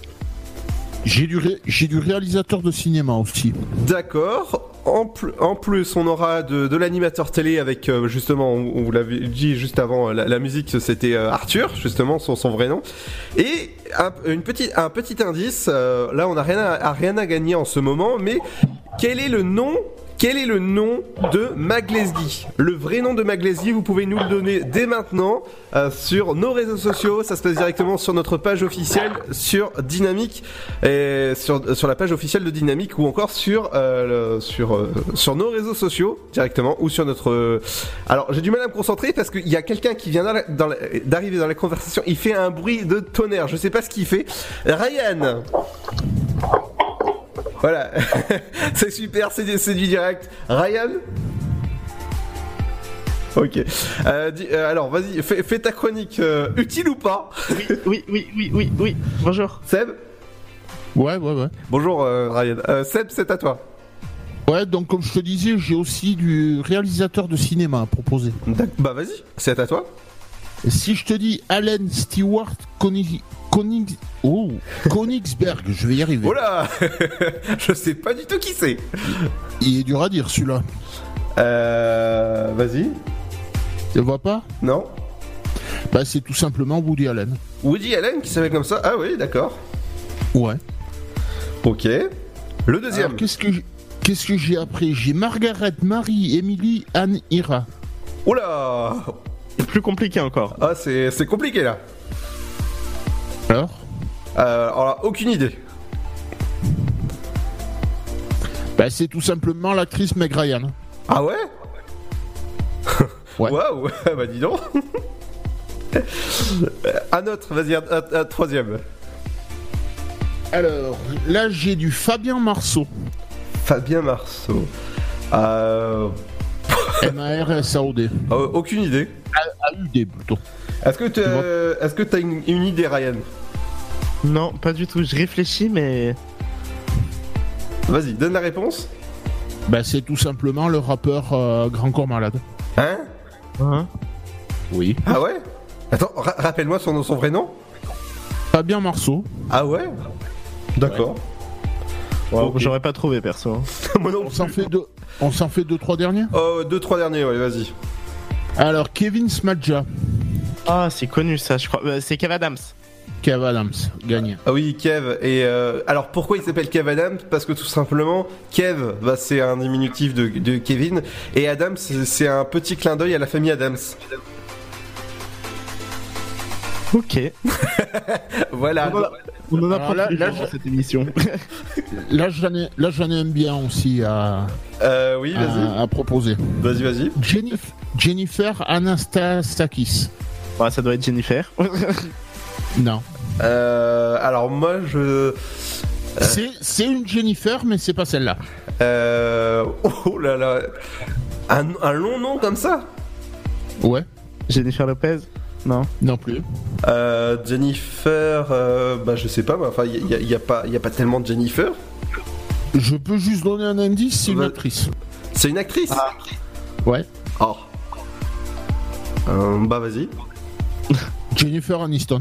J'ai du réalisateur de cinéma aussi. D'accord. En plus, on aura de l'animateur télé avec, justement, on vous l'avait dit juste avant, la musique, c'était Arthur, justement, son vrai nom. Et un petit indice, là, on n'a rien à gagner en ce moment, mais quel est le nom de Magleski? Le vrai nom de Magleski, vous pouvez nous le donner dès maintenant sur nos réseaux sociaux. Ça se passe directement sur notre page officielle sur Dynamique, et sur la page officielle de Dynamique, ou encore sur nos réseaux sociaux directement, ou sur notre. Alors j'ai du mal à me concentrer parce qu'il y a quelqu'un qui vient d'arriver dans la conversation. Il fait un bruit de tonnerre. Je sais pas ce qu'il fait. Ryan. Voilà, c'est super, c'est du direct. Ryan? Ok. Alors, vas-y, fais ta chronique. Utile ou pas? Oui. Bonjour. Seb? Ouais. Bonjour, Ryan. Seb, c'est à toi. Ouais, donc comme je te disais, j'ai aussi du réalisateur de cinéma à proposer. Bah vas-y, c'est à toi. Si je te dis Alan Stewart Königsberg, je vais y arriver. Oh là. Je sais pas du tout qui c'est. Il est dur à dire celui-là. Vas-y. Tu le vois pas? Non. Bah c'est tout simplement Woody Allen. Woody Allen qui s'appelle comme ça? Ah oui, d'accord. Ouais. Ok. Le deuxième. Alors, qu'est-ce que j'ai après? J'ai Margaret, Marie, Emily, Anne, Ira. Oula. C'est plus compliqué encore. Ah, c'est compliqué là. Alors là, aucune idée. Bah c'est tout simplement l'actrice Meg Ryan. Ah ouais? Ouais. Waouh. Bah dis donc. Un autre, vas-y, un troisième. Alors, là j'ai du Fabien Marceau. Fabien Marceau. M-A-R-S-A-O-D. Aucune idée. A-U-D plutôt. Est-ce que t'as une idée, Ryan? Non, pas du tout. Je réfléchis, mais... Vas-y, donne la réponse. Bah c'est tout simplement le rappeur Grand Corps Malade. Hein? Oui. Ah ouais? Attends, rappelle-moi son vrai nom. Fabien Marceau. Ah ouais? D'accord. Ouais. Okay. J'aurais pas trouvé, perso. Moi non. On s'en fait 2-3 derniers? 2-3 derniers, ouais, vas-y. Alors, Kevin Smadja. Ah, c'est connu ça, je crois. C'est Kev Adams. Kev Adams, gagné. Ah oui, Kev. Et alors, pourquoi il s'appelle Kev Adams? Parce que tout simplement, Kev, c'est un diminutif de Kevin. Et Adams, c'est un petit clin d'œil à la famille Adams. Ok. Voilà. On en apprend plus dans cette émission. Là, j'en ai un bien aussi à proposer. Vas-y. Jennifer Anastasakis. Ouais, ça doit être Jennifer. Non. Alors moi, c'est une Jennifer, mais c'est pas celle-là. Oh là là. Un long nom comme ça? Ouais. Jennifer Lopez? Non plus. Jennifer, je sais pas, enfin il y a pas tellement de Jennifer. Je peux juste donner un indice, c'est une actrice. C'est une actrice? Ouais. Oh. Bah vas-y. Jennifer Aniston.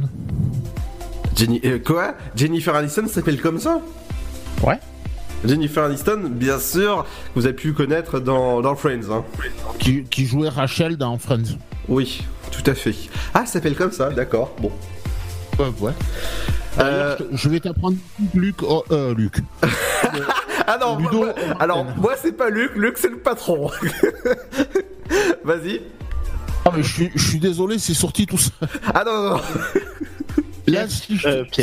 Quoi? Jennifer Aniston s'appelle comme ça? Ouais. Jennifer Aniston, bien sûr, vous avez pu connaître dans Friends. Hein. Qui jouait Rachel dans Friends. Oui, tout à fait. Ah, ça s'appelle comme ça, d'accord. Bon. Ouais. Je vais t'apprendre Luc. Luc. Ah non, Ludo, moi c'est pas Luc, Luc c'est le patron. Vas-y. Ah mais je suis désolé, c'est sorti tout ça. Ah non. Là, si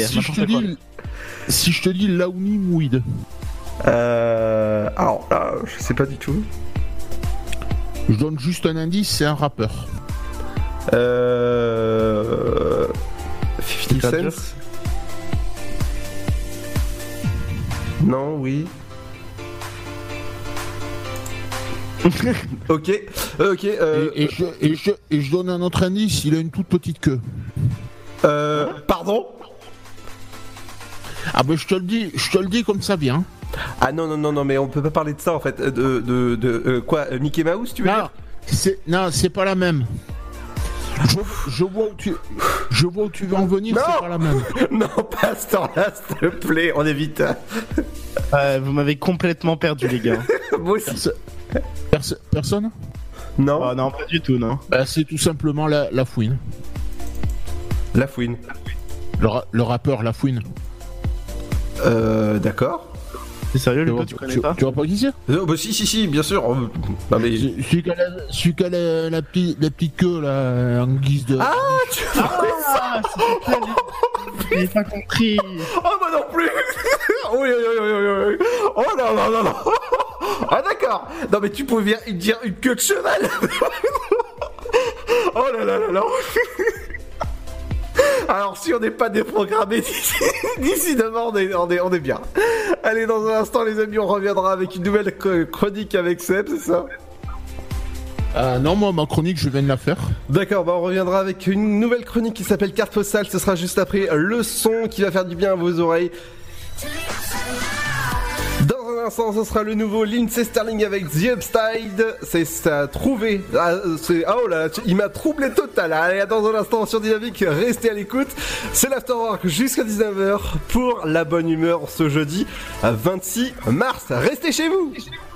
je te dis Laouni Mouid. Alors là, je sais pas du tout. Je donne juste un indice, c'est un rappeur. 50 Cent. Non, oui. Ok. Et je donne un autre indice, il a une toute petite queue. Pardon? Ah ben je te le dis comme ça vient. Ah non, mais on peut pas parler de ça en fait. Quoi, Mickey Mouse, tu veux dire? Non, c'est pas la même. Je vois où tu veux en venir, c'est pas la même. Non, pas à ce temps-là, s'il te plaît, on évite. Vous m'avez complètement perdu, les gars. Moi aussi. Personne? Non. Oh, non, pas du tout, non. Bah, c'est tout simplement la Fouine. La Fouine. Le rappeur La Fouine. D'accord. C'est sérieux, Lucas, tu connais pas? Tu vois pas qui c'est? Bah si, bien sûr. Non, mais... Celui qui a la petite queue là, en guise de... Ah, tu vois ça? J'ai pas compris. Oh, bah non plus. Oui. Oh non. Ah d'accord. Non mais tu pouvais dire une queue de cheval. Oh là. Alors si on n'est pas déprogrammé d'ici demain, on est bien. Allez, dans un instant les amis, on reviendra avec une nouvelle chronique avec Seb, c'est ça? Non, moi ma chronique je viens de la faire. D'accord, bah on reviendra avec une nouvelle chronique qui s'appelle Carte Postale. Ce sera juste après le son qui va faire du bien à vos oreilles. Dans un instant, ce sera le nouveau Lindsey Sterling avec The Upside. C'est ça, trouvé. Oh là, il m'a troublé total. Allez, dans un instant sur Dynamique, restez à l'écoute. C'est l'Afterwork jusqu'à 19h pour la bonne humeur ce jeudi 26 mars. Restez chez vous.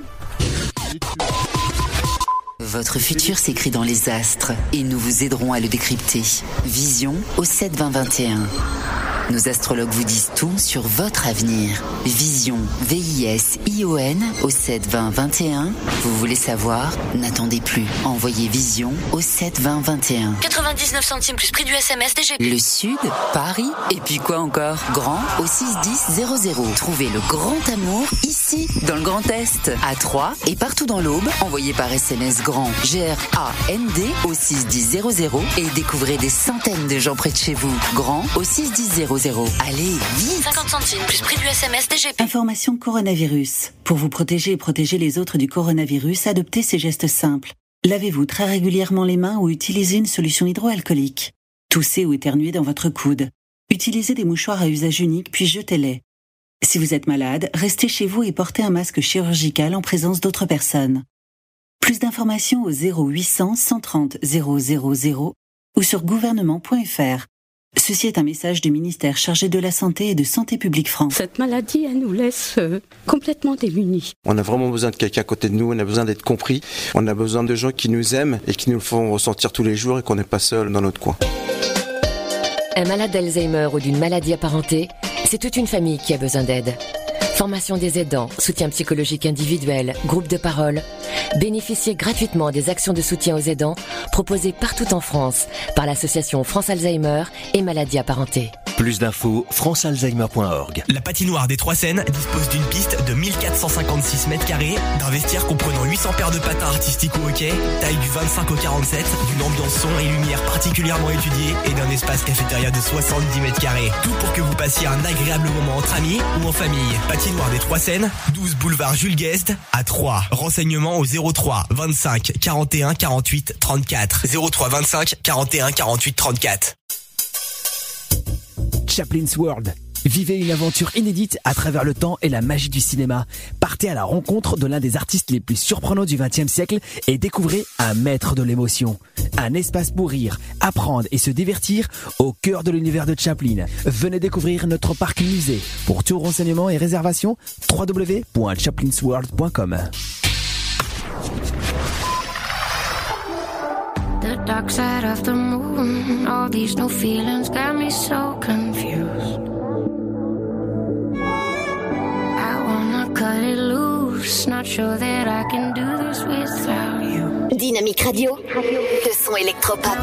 Votre futur s'écrit dans les astres et nous vous aiderons à le décrypter. Vision au 7-20-21. Nos astrologues vous disent tout sur votre avenir. Vision, V-I-S-I-O-N au 7-20-21. Vous voulez savoir? N'attendez plus. Envoyez Vision au 7-20-21. 99 centimes plus prix du SMS DGP. Le Sud, Paris, et puis quoi encore? Grand au 61000. Trouvez le grand amour ici, dans le Grand Est, à Troyes et partout dans l'Aube. Envoyez par SMS GRAND, G-R-A-N-D au 61000 et découvrez des centaines de gens près de chez vous. Grand au 61000. Allez, vite! 50 centimes plus prix du SMS DGP. Information coronavirus. Pour vous protéger et protéger les autres du coronavirus, adoptez ces gestes simples. Lavez-vous très régulièrement les mains ou utilisez une solution hydroalcoolique. Toussez ou éternuez dans votre coude. Utilisez des mouchoirs à usage unique puis jetez-les. Si vous êtes malade, restez chez vous et portez un masque chirurgical en présence d'autres personnes. Plus d'informations au 0800 130 000 ou sur gouvernement.fr. Ceci est un message du ministère chargé de la Santé et de Santé publique France. Cette maladie, elle nous laisse complètement démunis. On a vraiment besoin de quelqu'un à côté de nous, on a besoin d'être compris, on a besoin de gens qui nous aiment et qui nous le font ressentir tous les jours et qu'on n'est pas seul dans notre coin. Un malade d'Alzheimer ou d'une maladie apparentée, c'est toute une famille qui a besoin d'aide. Formation des aidants, soutien psychologique individuel, groupe de parole. Bénéficiez gratuitement des actions de soutien aux aidants proposées partout en France par l'association France Alzheimer et maladies apparentées. Plus d'infos, francealzheimer.org. La patinoire des Trois Seines dispose d'une piste de 1456 mètres carrés, d'un vestiaire comprenant 800 paires de patins artistiques au hockey, taille du 25 au 47, d'une ambiance son et lumière particulièrement étudiée et d'un espace cafétéria de 70 mètres carrés. Tout pour que vous passiez un agréable moment entre amis ou en famille. Patinoire des Trois Seines, 12 boulevard Jules Guest à Troyes. Renseignements au 03 25 41 48 34. 03 25 41 48 34. Chaplin's World, Vivez une aventure inédite à travers le temps et la magie du cinéma. Partez à la rencontre de l'un des artistes les plus surprenants du XXe siècle et découvrez un maître de l'émotion. Un espace pour rire, apprendre et se divertir au cœur de l'univers de Chaplin. Venez découvrir notre parc musée. Pour tout renseignement et réservation, www.chaplinsworld.com. The dark side of the moon, all these new feelings got me so confused. I wanna cut it loose, not sure that I can do this without you. Dynamique Radio, le son électropop.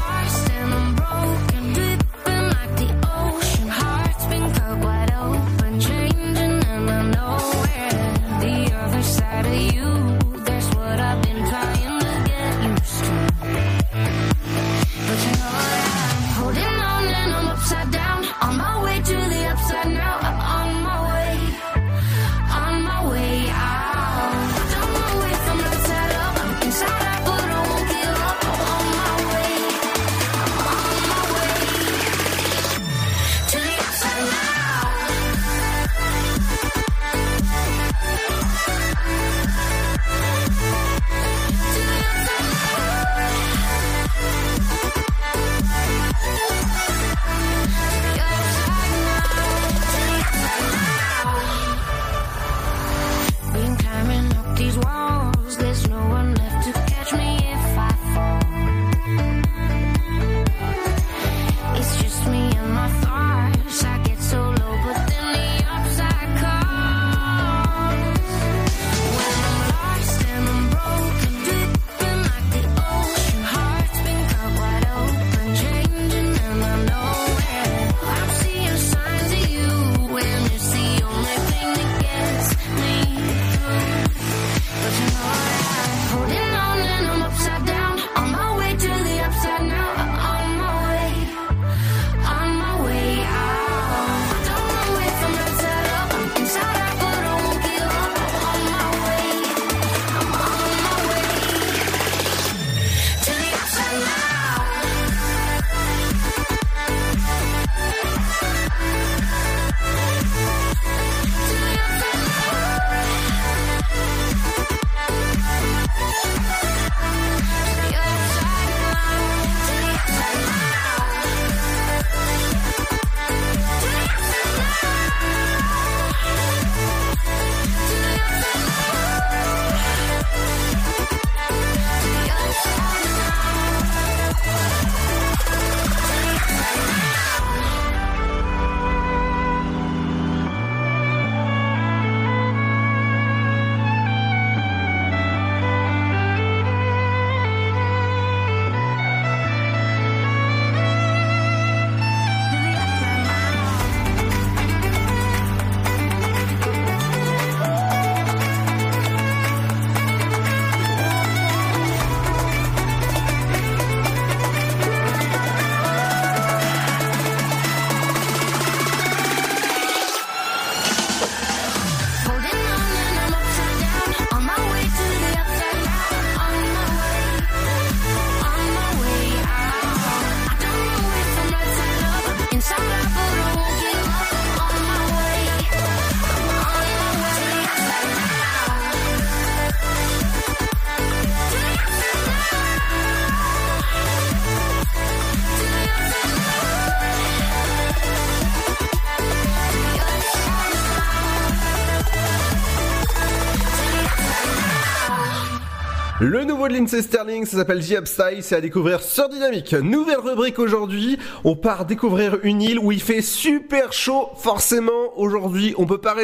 Le nouveau de Lindsey Sterling, ça s'appelle The Upside, c'est à découvrir sur Dynamique. Nouvelle rubrique aujourd'hui, on part découvrir une île où il fait super chaud. Forcément, aujourd'hui,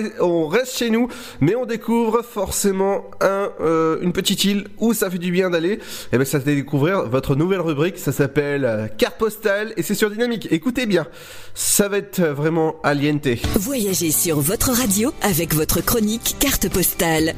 on reste chez nous, mais on découvre forcément une petite île où ça fait du bien d'aller. Et ben, ça fait découvrir votre nouvelle rubrique, ça s'appelle Carte Postale et c'est sur Dynamique. Écoutez bien, ça va être vraiment alienté. Voyagez sur votre radio avec votre chronique Carte Postale.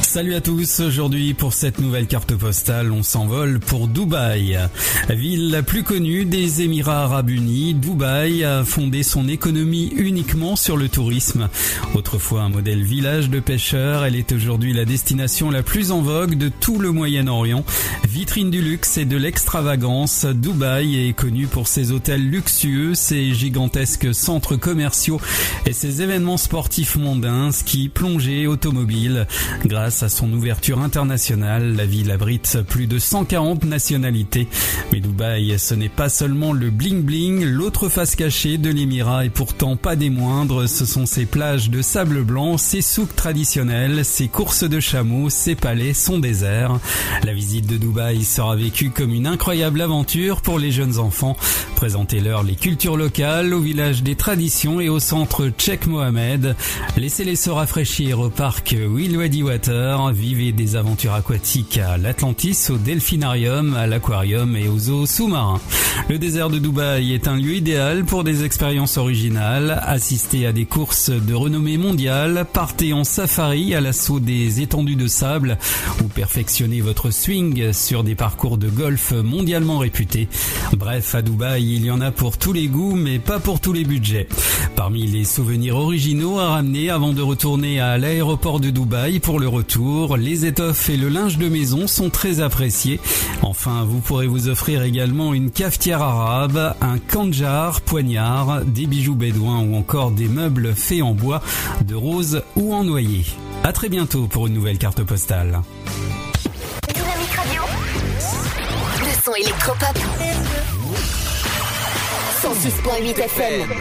Salut à tous, aujourd'hui pour cette nouvelle carte postale, on s'envole pour Dubaï. Ville la plus connue des Émirats Arabes Unis, Dubaï a fondé son économie uniquement sur le tourisme. Autrefois un modèle village de pêcheurs, elle est aujourd'hui la destination la plus en vogue de tout le Moyen-Orient. Vitrine du luxe et de l'extravagance, Dubaï est connu pour ses hôtels luxueux, ses gigantesques centres commerciaux et ses événements sportifs mondains, ski, plongée, automobile. Grâce à son ouverture internationale, la ville abrite plus de 140 nationalités. Mais Dubaï, ce n'est pas seulement le bling-bling, l'autre face cachée de l'Émirat est pourtant pas des moindres. Ce sont ses plages de sable blanc, ses souks traditionnels, ses courses de chameaux, ses palais, son désert. La visite de Dubaï sera vécue comme une incroyable aventure pour les jeunes enfants. Présentez-leur les cultures locales, au village des traditions et au centre Sheikh Mohammed. Laissez-les se rafraîchir au parc Wilwadi Water. Vivez des aventures aquatiques à l'Atlantis, au Delphinarium, à l'aquarium et aux zoos sous-marins. Le désert de Dubaï est un lieu idéal pour des expériences originales. Assistez à des courses de renommée mondiale, partez en safari à l'assaut des étendues de sable ou perfectionnez votre swing sur des parcours de golf mondialement réputés. Bref, à Dubaï, il y en a pour tous les goûts, mais pas pour tous les budgets. Parmi les souvenirs originaux à ramener avant de retourner à l'aéroport de Dubaï pour le retour, les étoffes et le linge de maison sont très appréciés. Enfin, vous pourrez vous offrir également une cafetière arabe, un kandjar, poignard, des bijoux bédouins ou encore des meubles faits en bois, de rose ou en noyer. À très bientôt pour une nouvelle carte postale. Dynamique Radio. Le son électropop. 106.8 FM.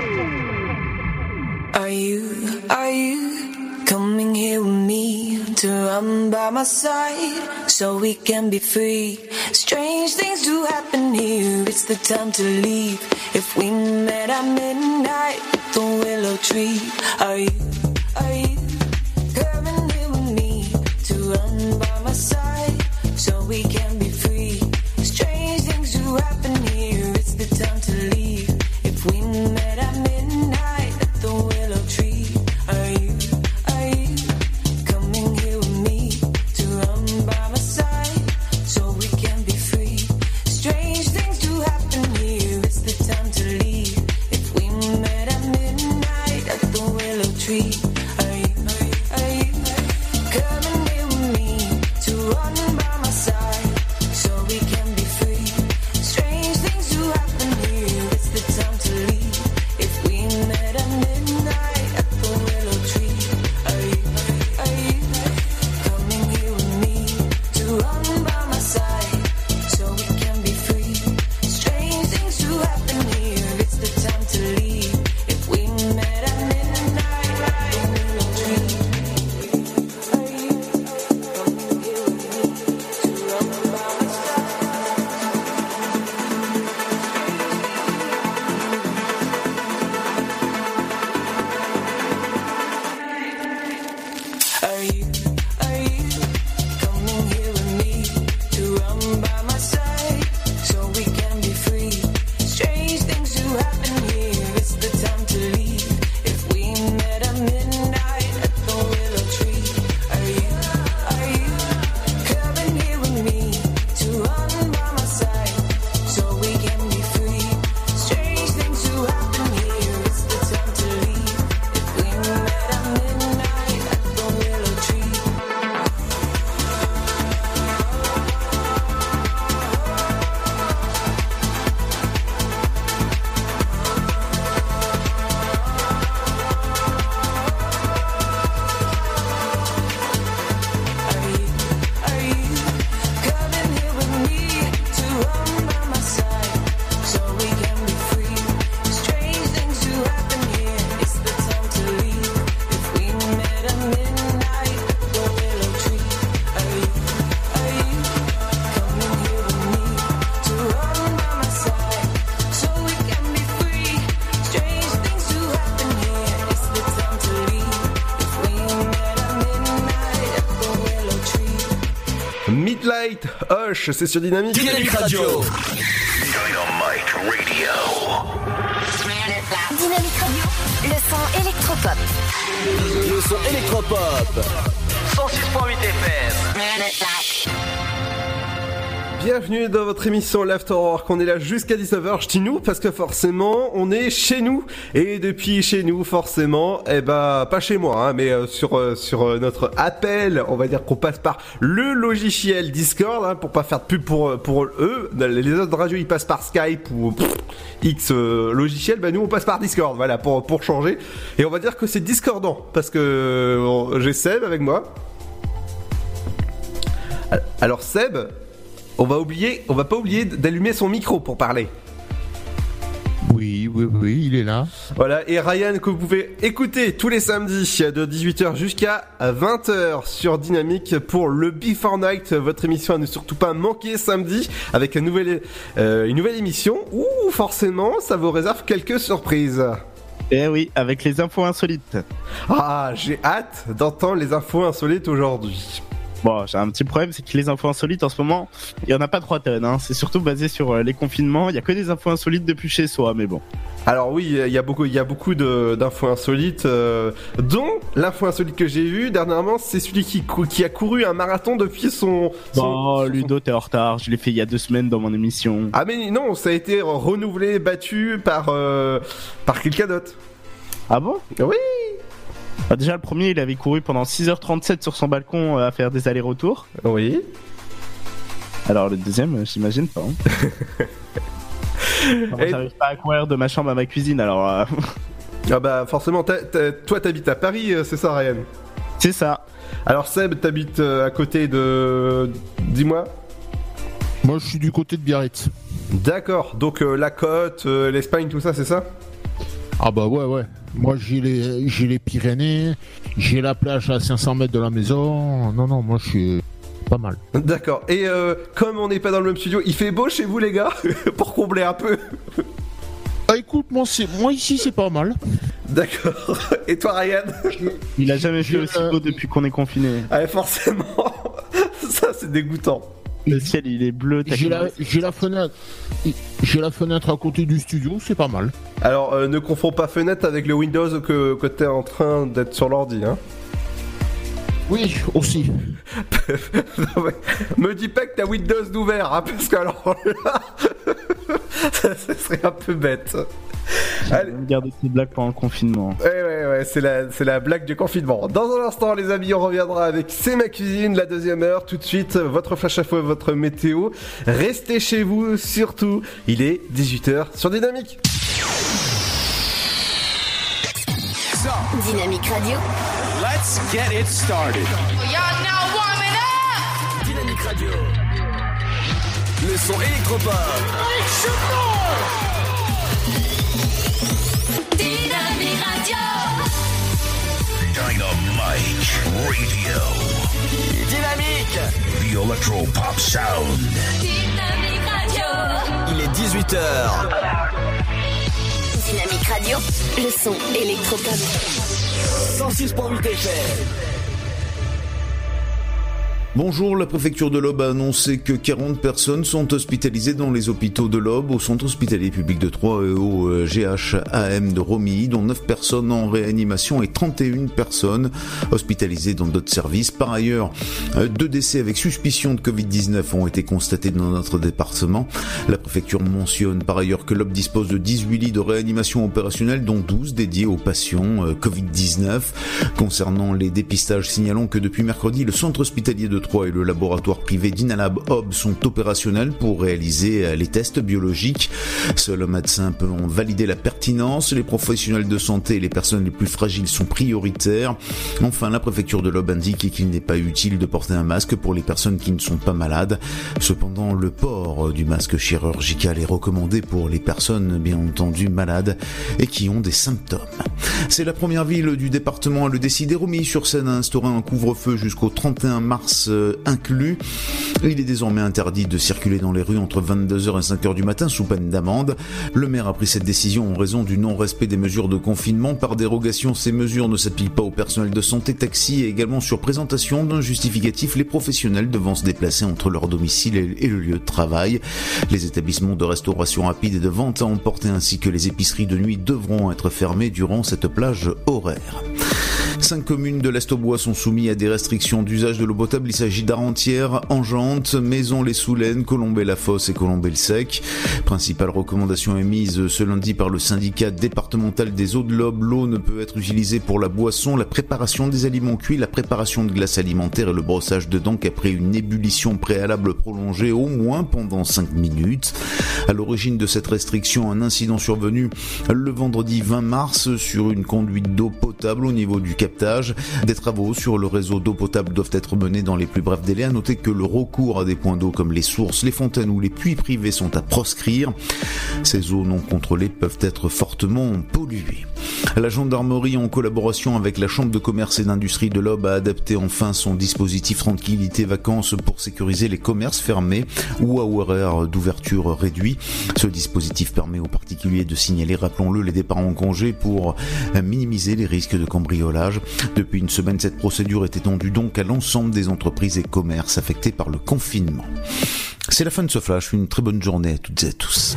Are you coming here with me to run by my side so we can be free? Strange things do happen here, it's the time to leave. If we met at midnight at the willow tree, are you coming here with me to run by my side so we can be free? Strange things do happen here, it's the time to leave. If we met at midnight at the willow tree, are you coming here with me to run by my side so we can be free? Strange things do happen here, it's the time to leave. If we met at midnight at the willow tree, are you coming here with me to run by my side so we can be free? Strange things do happen here, it's the time to leave. If we met at midnight at the willow tree, are you coming here with me to run by my side so we can be free? Strange things do happen here, it's the time to leave. If we met at midnight at the willow tree, are you coming here with me to run by my side? Are you coming here with me to run by my side so we can be free? Strange things do happen here, it's the time to leave. If we met at midnight at the willow tree, are you coming here with me to run by my side so we can be free? Strange things do happen here, it's the time to leave. If we met at midnight at the willow tree. Are you coming here with me to run by my side so we can be free? Strange things do happen here, it's the time to leave. If we met at midnight at the willow tree, are you coming here with me to run by my side so we can be free? Strange things do happen here, it's the time to leave. If we met at midnight at the willow tree. Midlight Hush, c'est sur Dynamique. Dynamique Radio. Dynamite Radio. Dynamique Radio. Le son électropop. Le son électropop. 106.8 FM. Bienvenue dans votre émission l'Afterwork, on est là jusqu'à 19h, je dis nous parce que forcément on est chez nous et depuis chez nous forcément, pas chez moi mais sur notre appel, on va dire qu'on passe par le logiciel Discord pour pas faire de pub pour eux, les autres radios ils passent par Skype ou X logiciel, nous on passe par Discord, voilà pour changer et on va dire que c'est discordant parce que j'ai Seb avec moi. Alors Seb, on va pas oublier d'allumer son micro pour parler. Oui, il est là. Voilà, et Ryan que vous pouvez écouter tous les samedis de 18h jusqu'à 20h sur Dynamique pour le Before Night, votre émission à ne surtout pas manquer samedi avec une nouvelle émission où forcément ça vous réserve quelques surprises. Eh oui, avec les infos insolites. Ah, j'ai hâte d'entendre les infos insolites aujourd'hui. Bon, j'ai un petit problème, c'est que les infos insolites en ce moment, il y en a pas 3 tonnes, C'est surtout basé sur les confinements. Il y a que des infos insolites depuis chez soi, mais bon. Alors oui, il y a beaucoup d'infos insolites, dont l'info insolite que j'ai vue dernièrement, c'est celui qui a couru un marathon depuis son... Ludo, t'es en retard. Je l'ai fait il y a 2 semaines dans mon émission. Ah mais non, ça a été renouvelé, battu par quelqu'un d'autre. Ah bon ? Oui. Déjà le premier il avait couru pendant 6h37 sur son balcon à faire des allers-retours. Oui. Alors le deuxième j'imagine pas. J'arrive pas à courir de ma chambre à ma cuisine alors... Ah bah forcément, toi t'habites à Paris, c'est ça Ryan ? C'est ça. Alors Seb, t'habites à côté de... Dis-moi. Moi je suis du côté de Biarritz. D'accord, donc la côte, l'Espagne, tout ça, c'est ça ? Ah bah ouais. Moi j'ai les Pyrénées, j'ai la plage à 500 mètres de la maison. Non, moi je suis pas mal. D'accord. Et comme on n'est pas dans le même studio, il fait beau chez vous les gars pour combler un peu. Ah écoute, moi ici c'est pas mal. D'accord. Et toi Ryan ? Il a jamais fait aussi beau depuis qu'on est confiné. Ah forcément. Ça c'est dégoûtant. Le ciel il est bleu. J'ai la fenêtre à côté du studio, c'est pas mal. Alors ne confonds pas fenêtre avec le Windows que t'es en train d'être sur l'ordi, hein. Oui, aussi. Non, me dis pas que t'as Windows d'ouvert, hein, parce que alors là, ça serait un peu bête. Allez, garder ces blagues pendant le confinement. Ouais, c'est la blague du confinement. Dans un instant, les amis, on reviendra avec C'est ma cuisine, la deuxième heure. Tout de suite, votre flash info et votre météo. Restez chez vous, surtout. Il est 18h sur Dynamique. Dynamique Radio. Let's get it started. Y'all now warming up. Dynamique Radio. Le son électropop. Dynamique Radio. Dynamite Radio. Dynamique. The Electropop Sound. Dynamique Radio. Il est 18h. Dynamique Radio, le son électropop. 106.8 FM. Bonjour, la préfecture de l'Aube a annoncé que 40 personnes sont hospitalisées dans les hôpitaux de l'Aube, au centre hospitalier public de Troyes et au GHAM de Romilly, dont 9 personnes en réanimation et 31 personnes hospitalisées dans d'autres services. Par ailleurs, 2 décès avec suspicion de Covid-19 ont été constatés dans notre département. La préfecture mentionne par ailleurs que l'Aube dispose de 18 lits de réanimation opérationnelle, dont 12 dédiés aux patients Covid-19. Concernant les dépistages, signalons que depuis mercredi, le centre hospitalier de et le laboratoire privé d'Inalab Aube sont opérationnels pour réaliser les tests biologiques. Seuls les médecins peuvent en valider la pertinence. Les professionnels de santé et les personnes les plus fragiles sont prioritaires. Enfin, la préfecture de l'Aube indique qu'il n'est pas utile de porter un masque pour les personnes qui ne sont pas malades. Cependant, le port du masque chirurgical est recommandé pour les personnes, bien entendu, malades et qui ont des symptômes. C'est la première ville du département à le décider. Romilly-sur-Seine a instauré un couvre-feu jusqu'au 31 mars inclus. Il est désormais interdit de circuler dans les rues entre 22h et 5h du matin sous peine d'amende. Le maire a pris cette décision en raison du non-respect des mesures de confinement. Par dérogation, ces mesures ne s'appliquent pas au personnel de santé, taxi et également sur présentation d'un justificatif, les professionnels devant se déplacer entre leur domicile et le lieu de travail. Les établissements de restauration rapide et de vente à emporter ainsi que les épiceries de nuit devront être fermés durant cette plage horaire. 5 communes de l'Est-Aubois sont soumises à des restrictions d'usage de l'eau potable. Il s'agit d'Arrentière, Angente, Maison-les-Soulaines, Colombey-la-Fosse et Colombey-le-Sec. Principale recommandation émise ce lundi par le syndicat départemental des eaux de l'Aube. L'eau ne peut être utilisée pour la boisson, la préparation des aliments cuits, la préparation de glace alimentaire et le brossage de dents qu'après une ébullition préalable prolongée au moins pendant 5 minutes. À l'origine de cette restriction, un incident survenu le vendredi 20 mars sur une conduite d'eau potable au niveau du captage. Des travaux sur le réseau d'eau potable doivent être menés dans les plus brefs délais. À noter que le recours à des points d'eau comme les sources, les fontaines ou les puits privés sont à proscrire. Ces eaux non contrôlées peuvent être fortement polluées. La gendarmerie, en collaboration avec la Chambre de commerce et d'industrie de l'Aube, a adapté enfin son dispositif tranquillité vacances pour sécuriser les commerces fermés ou à horaire d'ouverture réduit. Ce dispositif permet aux particuliers de signaler, rappelons-le, les départs en congé pour minimiser les risques de cambriolage. Depuis une semaine, cette procédure est étendue donc à l'ensemble des entreprises et commerces affectés par le confinement. C'est la fin de ce flash. Une très bonne journée à toutes et à tous.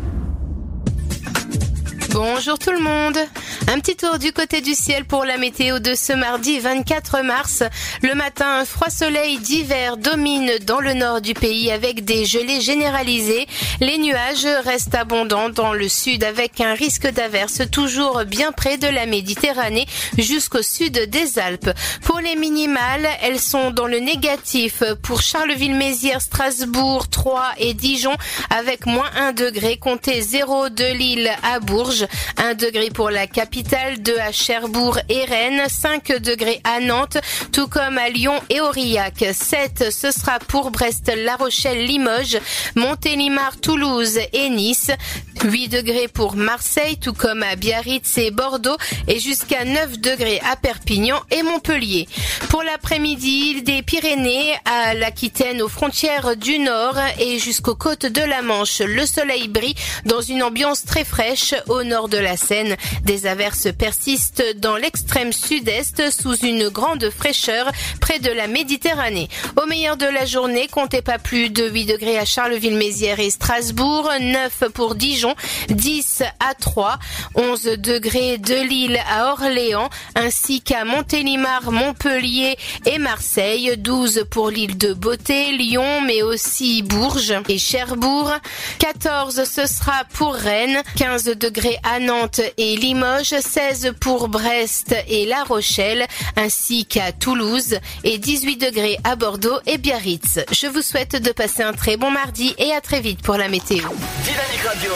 Bonjour tout le monde. Un petit tour du côté du ciel pour la météo de ce mardi 24 mars. Le matin, un froid soleil d'hiver domine dans le nord du pays avec des gelées généralisées. Les nuages restent abondants dans le sud avec un risque d'averse toujours bien près de la Méditerranée jusqu'au sud des Alpes. Pour les minimales, elles sont dans le négatif pour Charleville-Mézières, Strasbourg, Troyes et Dijon avec moins 1 degré, comptez 0 de Lille à Bourges. 1 degré pour la capitale, 2 à Cherbourg et Rennes, 5 degrés à Nantes, tout comme à Lyon et Aurillac. 7, ce sera pour Brest, La Rochelle, Limoges, Montélimar, Toulouse et Nice. 8 degrés pour Marseille, tout comme à Biarritz et Bordeaux, et jusqu'à 9 degrés à Perpignan et Montpellier. Pour l'après-midi, des Pyrénées à l'Aquitaine, aux frontières du Nord et jusqu'aux côtes de la Manche. Le soleil brille dans une ambiance très fraîche au nord de la Seine. Des averses persistent dans l'extrême sud-est sous une grande fraîcheur près de la Méditerranée. Au meilleur de la journée, comptez pas plus de 8 degrés à Charleville-Mézières et Strasbourg, 9 pour Dijon, 10 à Troyes, 11 degrés de Lille à Orléans, ainsi qu'à Montélimar, Montpellier et Marseille, 12 pour l'île de Beauté, Lyon, mais aussi Bourges et Cherbourg, 14 ce sera pour Rennes, 15 degrés à Nantes et Limoges, 16 pour Brest et La Rochelle, ainsi qu'à Toulouse, et 18 degrés à Bordeaux et Biarritz. Je vous souhaite de passer un très bon mardi et à très vite pour la météo. Dynamique Radio.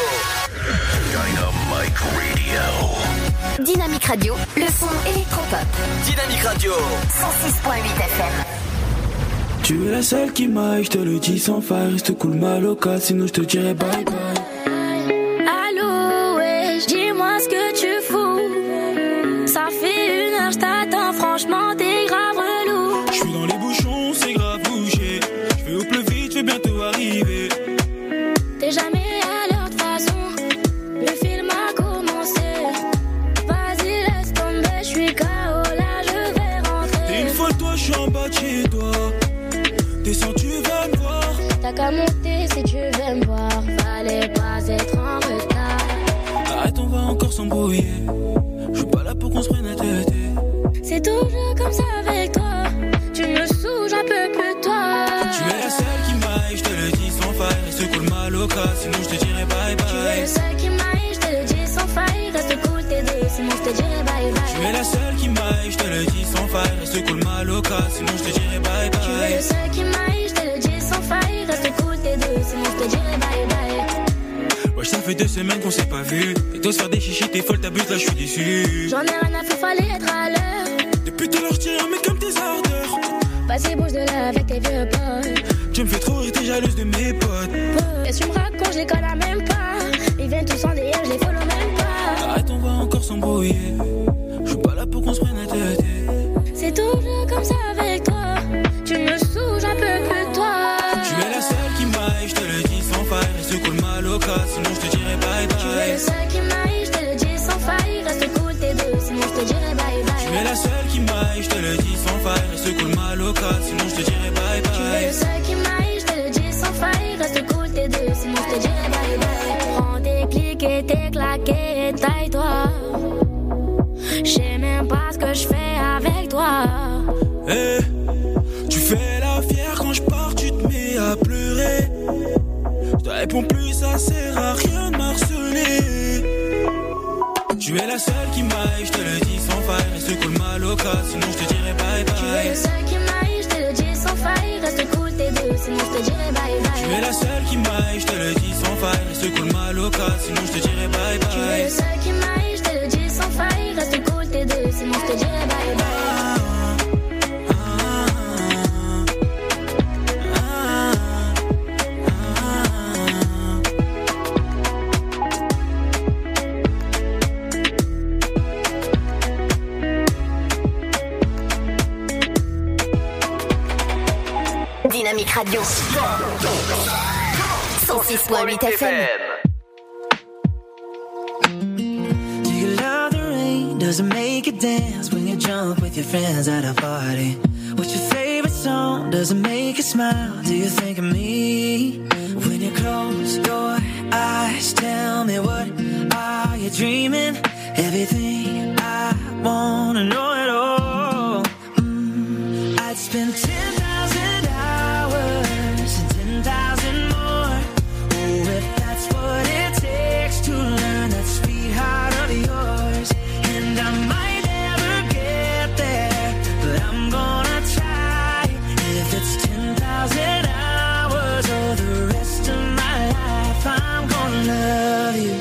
Dynamique Radio, le son électropop. Dynamique Radio. 106.8 FM. Tu es la seule qui m'aille, je te le dis sans faille. Reste cool ma loca, sinon je te dirai bye bye. Allô, ouais, dis-moi ce que tu fous. Ça fait 1 heure, je t'attends, franchement, t'es grave relou. Je suis dans les bouchons, c'est grave bouché. Je vais au plus vite, je vais bientôt arriver. T'es jamais à l'heure de façon, le film a commencé. Vas-y, laisse tomber, je suis KO, là je vais rentrer. T'es une folle, toi, je suis en bas de chez toi. Descends, tu vas me voir. T'as qu'à monter si tu veux me voir. Fallait pas être en retard. Arrête, on va encore s'embrouiller. Je suis pas là pour qu'on se prenne la tête. C'est toujours comme ça avec toi. Tu me saoules, j'en peux plus de toi. Tu es la seule qui m'aille, je te le dis sans faille. Reste cool ma loca, sinon je te dirai bye bye. Tu es le seul qui m'aille, je te le dis sans faille. Reste cool tes deux, sinon je te dirai bye bye. Tu es la seule qui m'aille, je te le dis sans faille. Reste cool ma loca, sinon je te dirai bye bye. Tu es le seul qui m'aille, je te le dis sans faille. Reste cool tes deux, sinon je te dirai bye bye. Ouais, ça fait 2 semaines qu'on s'est pas vu. Et toi se faire des chichis, t'es folle, t'abuses, là je suis déçu. J'en ai rien à faire, fallait être à l'heure. Depuis tout à l'heure, je tiens un mec comme tes ardeurs. Vas-y, bouge de là avec tes vieux potes. Tu me fais trop rire, t'es jalouse de mes potes. Qu'est-ce que tu me racontes, je les connais même pas. Ils viennent tous en DM, je les follow même pas. Arrête, on va encore s'embrouiller. Je suis pas là pour qu'on se prenne la tête. C'est toujours comme ça avec toi. Tu me saoules, j'en peux plus de toi. Tu es la seule qui m'aille, je te le dis sans faille. Reste cool ma loca, sinon je te dirai bye bye. Tu es le seul qui m'aille, je te le dis sans faille. Reste cool tes deux, sinon je te dirai bye bye. Tu es la seule qui m'aille, je te le dis sans faille. Reste cool ma loca, sinon je te dirai bye bye. Tu es le seul qui m'aille, je te le dis sans faille. Reste cool tes deux, sinon je te dirai bye bye. Prends tes clics et tes claques et taille-toi. Je sais même pas ce que je fais avec toi. Hey, tu fais la fière quand je pars, tu te mets à pleurer. Je te réponds plus, ça sert à rien de m'harceler. Tu es la seule qui m'aille, je te le dis sans faille. Reste cool ma loca, sinon je te dirai bye bye. Tu es le seul qui m'aille, je te le dis sans faille. Reste cool tes deux, sinon je te dirai bye bye. Tu es la seule qui m'aille, je te le dis sans faille. Reste cool ma loca, sinon je te dirai bye bye. Tu es le seul qui m'aille, je te le dis sans faille. Reste cool tes deux, sinon je te dirai bye bye. Dynamique Radio 106.8 FM. Do you love the rain? Does it make you dance when you jump with your friends at a party? What's your favorite song? Does it make you smile? Do you think of me? When you close your eyes, tell me what are you dreaming? Everything I wanna know it all. I'd spend 10,000 hours and 10,000 more. Oh, if that's what it takes to learn that sweetheart of yours. And I might never get there, but I'm gonna try. If it's 10,000 hours or the rest of my life, I'm gonna love you.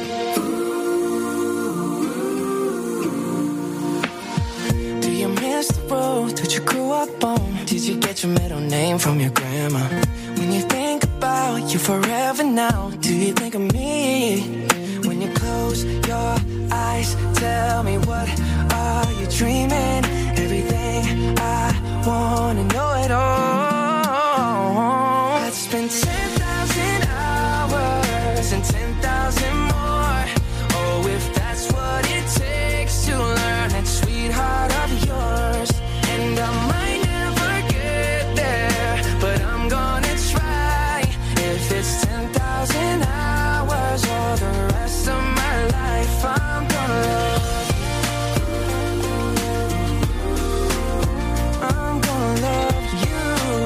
Do you miss the road that you grew up on? Did you get your middle name from your grandma? When you think about you forever now, do you think of me? When you close your eyes, tell me what are you dreaming? Everything I wanna know it all. I'd spend 10,000 hours and 10,000 more. Oh, if that's what it takes to learn that sweetheart of yours. And I might never get there, but I'm gonna try. If it's 10,000 hours or the rest of my life, I'm gonna love you. I'm gonna love you.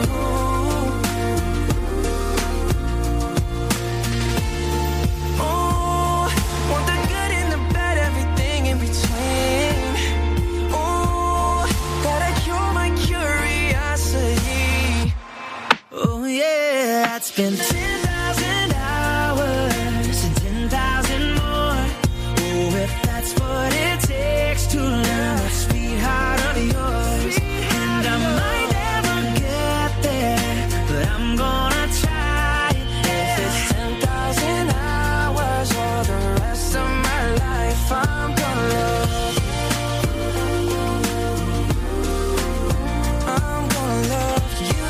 Oh, want the good and the bad, everything in between. Oh, gotta cure my curiosity. Oh yeah, I'd spend 10,000 hours and 10,000 more. Oh, if that's what it takes to learn that sweetheart of yours. And I might never get there, but I'm gonna try. If it's 10,000 hours or the rest of my life, I'm gonna love you. I'm gonna love you.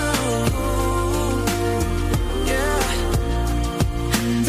Yeah. And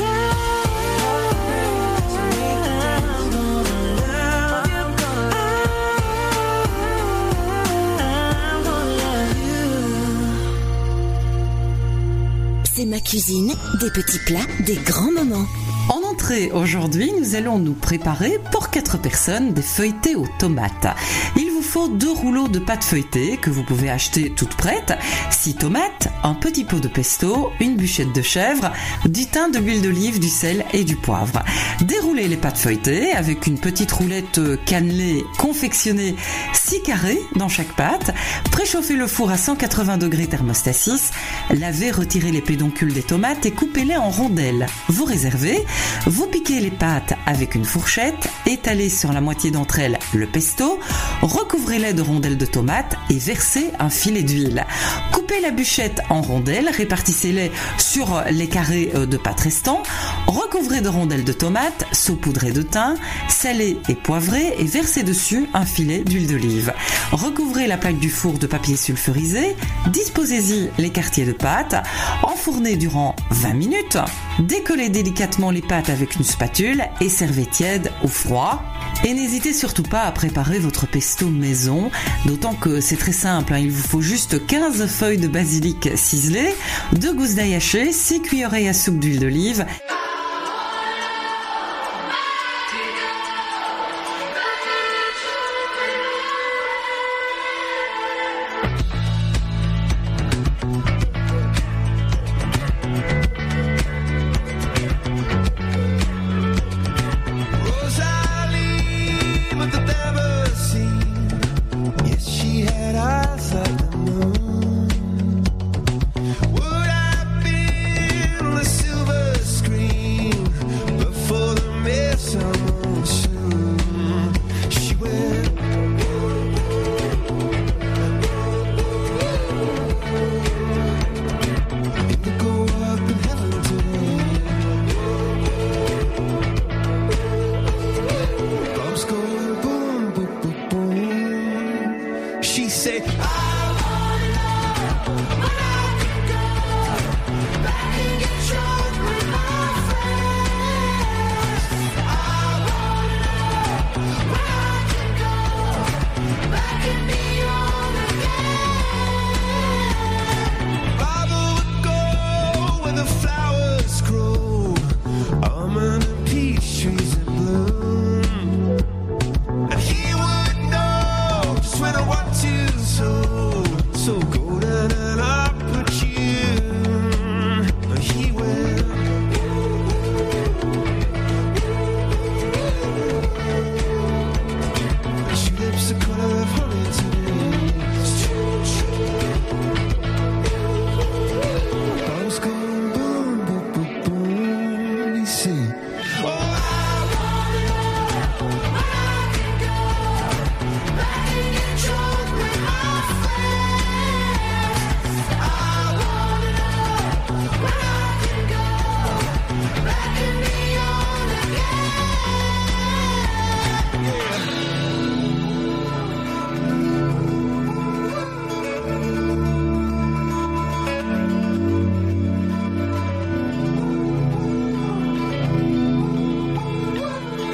C'est ma cuisine, des petits plats, des grands moments. En entrée, aujourd'hui, nous allons nous préparer pour 4 personnes des feuilletés aux tomates. Il vous faut 2 rouleaux de pâte feuilletée que vous pouvez acheter toute prête, 6 tomates, un petit pot de pesto, une bûchette de chèvre, du thym, de l'huile d'olive, du sel et du poivre. Déroulez les pâtes feuilletées avec une petite roulette cannelée confectionnée 6 carrés dans chaque pâte. Préchauffez le four à 180 degrés thermostat 6. Lavez, retirez les pédoncules des tomates et coupez-les en rondelles. Vous réservez. Vous piquez les pâtes avec une fourchette, étalez sur la moitié d'entre elles le pesto, recouvrez-les de rondelles de tomates et versez un filet d'huile. Coupez la bûchette en rondelles, répartissez-les sur les carrés de pâte restants, recouvrez de rondelles de tomates, saupoudrez de thym, salez et poivrez et versez dessus un filet d'huile d'olive. Recouvrez la plaque du four de papier sulfurisé, disposez-y les quartiers de pâte, enfournez durant 20 minutes, décollez délicatement les pâtes avec une spatule et servez tiède ou froid. Et n'hésitez surtout pas à préparer votre pesto maison, d'autant que c'est très simple, il vous faut juste 15 feuilles de basilic ciselées, 2 gousses d'ail hachées, 6 cuillerées à soupe d'huile d'olive.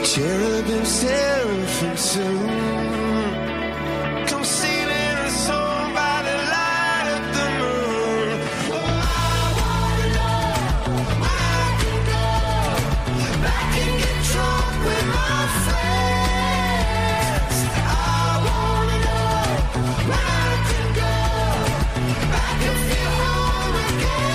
Cherubim, seraphim soon. Come sailing a song by the light of the moon. Oh, I wanna know where I can go. Back and get drunk with my friends. I wanna know where I can go. Back and feel home again.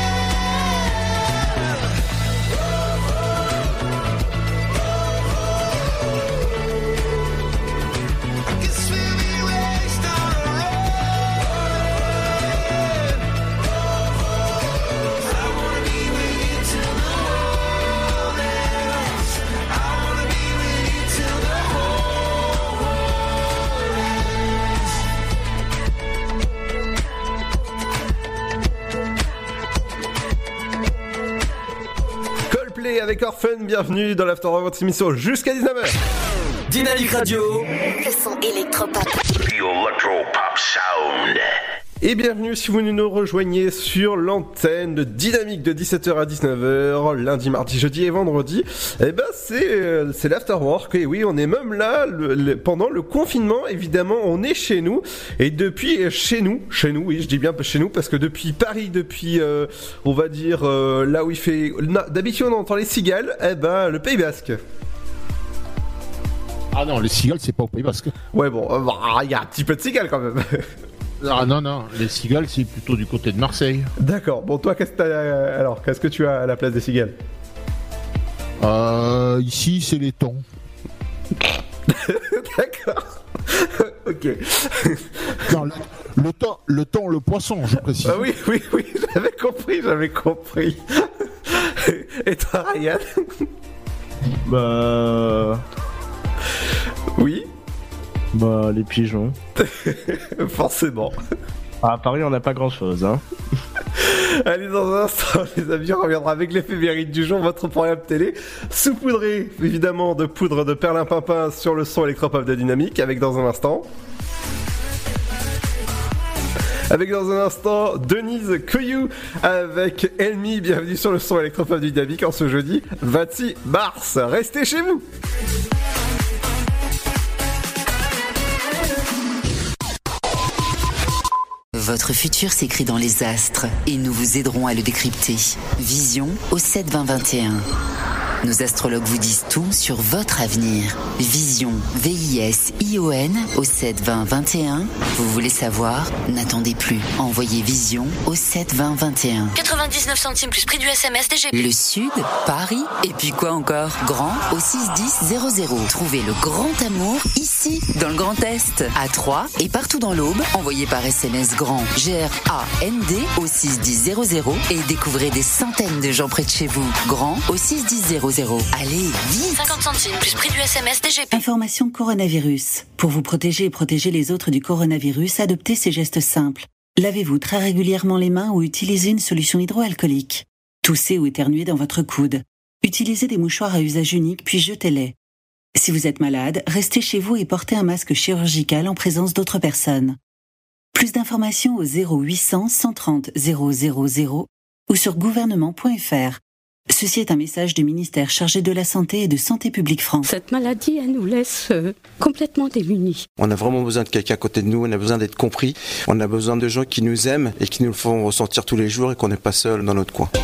Avec Orphan, bienvenue dans l'After of votre émission jusqu'à 19h. Dynamique Radio. Le son électropop. The Electropop Sound. Et bienvenue si vous nous rejoignez sur l'antenne de Dynamique de 17h à 19h, lundi, mardi, jeudi et vendredi. Et ben c'est l'afterwork, et oui on est même là pendant le confinement, évidemment on est chez nous, et depuis chez nous, oui je dis bien chez nous parce que depuis Paris, depuis on va dire là où il fait, d'habitude on entend les cigales, et ben le Pays Basque. Ah non, les cigales c'est pas au Pays Basque. Ouais bon, il y a un petit peu de cigales quand même. Ah non, les cigales c'est plutôt du côté de Marseille. D'accord, bon toi qu'est-ce que tu as à la place des cigales? Ici c'est les thons. D'accord. Ok. Non, le thon, le poisson, je précise. Ah oui, j'avais compris. Et toi Ryan? Bah... Oui. Bah, les pigeons. Forcément. À Paris, on n'a pas grand-chose, hein. Allez, dans un instant, les amis, on reviendra avec l'éphéméride du jour, votre programme télé, saupoudré, évidemment, de poudre de perlimpinpin sur le son électropop de Dynamique, avec dans un instant... Denise Coyou avec Elmi, bienvenue sur le son électropop de Dynamique en ce jeudi 26 mars. Restez chez vous. Votre futur s'écrit dans les astres et nous vous aiderons à le décrypter. Vision au 7-20-21. Nos astrologues vous disent tout sur votre avenir. Vision, V-I-S-I-O-N au 7-20-21. Vous voulez savoir? N'attendez plus. Envoyez Vision au 7-20-21. 99 centimes plus prix du SMS DGP. Le Sud, Paris, et puis quoi encore? Grand au 61000. Trouvez le grand amour ici, dans le Grand Est, à Troyes et partout dans l'Aube. Envoyez par SMS GRAND, G-R-A-N-D au 61000 et découvrez des centaines de gens près de chez vous. Grand au 61000. Allez, vite! 50 centimes plus prix du SMS DGP. Information coronavirus. Pour vous protéger et protéger les autres du coronavirus, adoptez ces gestes simples. Lavez-vous très régulièrement les mains ou utilisez une solution hydroalcoolique. Toussez ou éternuez dans votre coude. Utilisez des mouchoirs à usage unique puis jetez-les. Si vous êtes malade, restez chez vous et portez un masque chirurgical en présence d'autres personnes. Plus d'informations au 0800 130 000 ou sur gouvernement.fr. Ceci est un message du ministère chargé de la Santé et de Santé publique France. Cette maladie, elle nous laisse complètement démunis. On a vraiment besoin de quelqu'un à côté de nous, on a besoin d'être compris, on a besoin de gens qui nous aiment et qui nous le font ressentir tous les jours et qu'on n'est pas seul dans notre coin.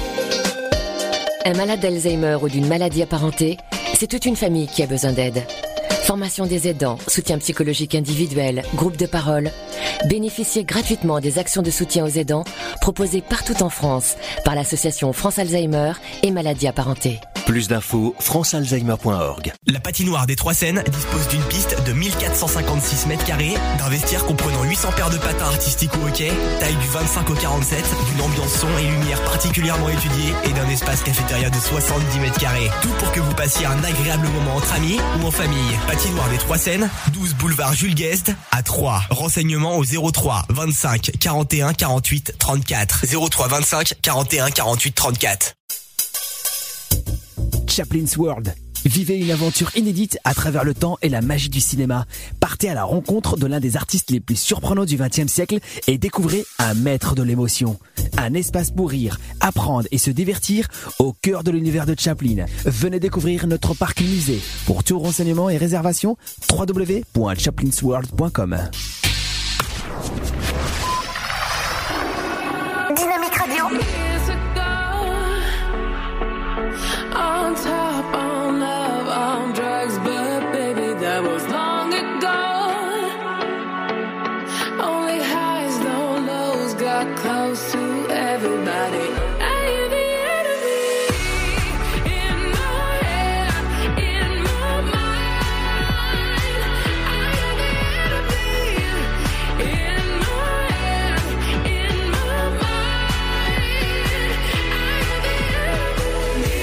Un malade d'Alzheimer ou d'une maladie apparentée, c'est toute une famille qui a besoin d'aide. Formation des aidants, soutien psychologique individuel, groupe de parole. Bénéficiez gratuitement des actions de soutien aux aidants proposées partout en France par l'association France Alzheimer et maladies apparentées. Plus d'infos, francealzheimer.org. La patinoire des Trois Seines dispose d'une piste de 1456 mètres carrés, d'un vestiaire comprenant 800 paires de patins artistiques au hockey, taille du 25 au 47, d'une ambiance son et lumière particulièrement étudiée et d'un espace cafétéria de 70 mètres carrés. Tout pour que vous passiez un agréable moment entre amis ou en famille. Patinoire des Trois Seines, 12 boulevard Jules Guest à Troyes. Renseignements au 03 25 41 48 34. 03 25 41 48 34. Chaplin's World. Vivez une aventure inédite à travers le temps et la magie du cinéma. Partez à la rencontre de l'un des artistes les plus surprenants du XXe siècle et découvrez un maître de l'émotion. Un espace pour rire, apprendre et se divertir au cœur de l'univers de Chaplin. Venez découvrir notre parc musée. Pour tout renseignement et réservation, www.chaplinsworld.com. Dynamique Radio. On top, on love, on drugs, but baby, that was long ago. Only highs, no lows, got close to everybody. I am the enemy in my head, in my mind. I am the enemy in my head, in my mind. I am the enemy.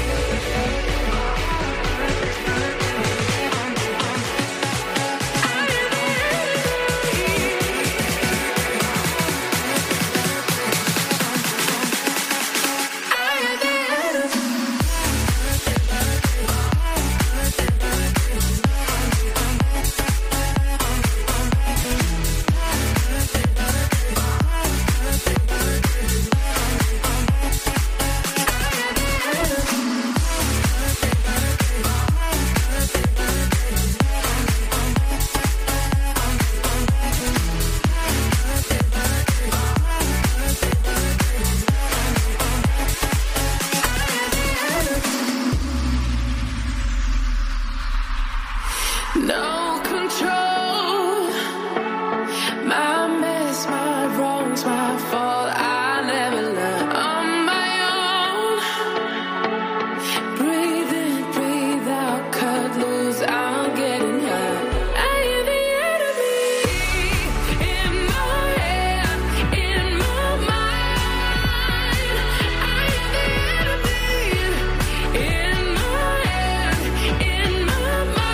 No control, my mess, my wrongs, my fault. I never learned on my own. Breathe in, breathe out, cut loose. I'm getting hurt. I am the enemy in my head, in my mind. I am the enemy in my head, in my mind.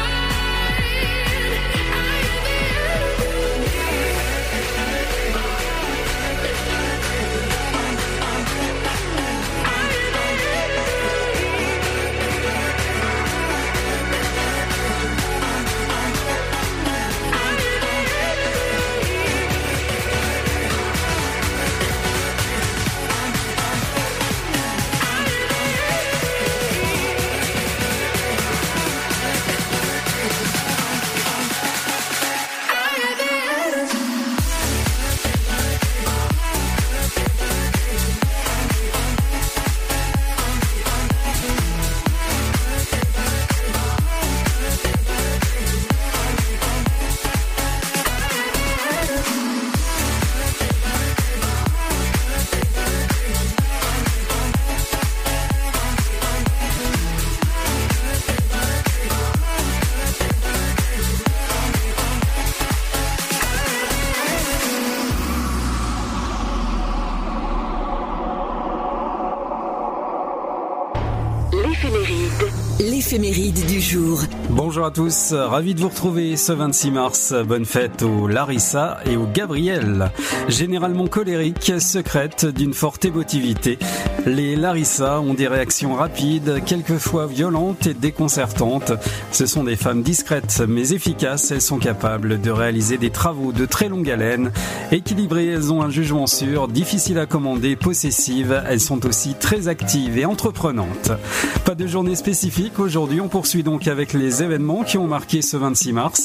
L'éphéméride du jour. Bonjour à tous, ravi de vous retrouver ce 26 mars. Bonne fête aux Larissa et aux Gabriel. Généralement colériques, secrètes, d'une forte émotivité, les Larissa ont des réactions rapides, quelquefois violentes et déconcertantes. Ce sont des femmes discrètes mais efficaces. Elles sont capables de réaliser des travaux de très longue haleine. Équilibrées, elles ont un jugement sûr, difficile à commander, possessives. Elles sont aussi très actives et entreprenantes. Pas de journée spécifique aujourd'hui, on poursuit donc avec les événements qui ont marqué ce 26 mars.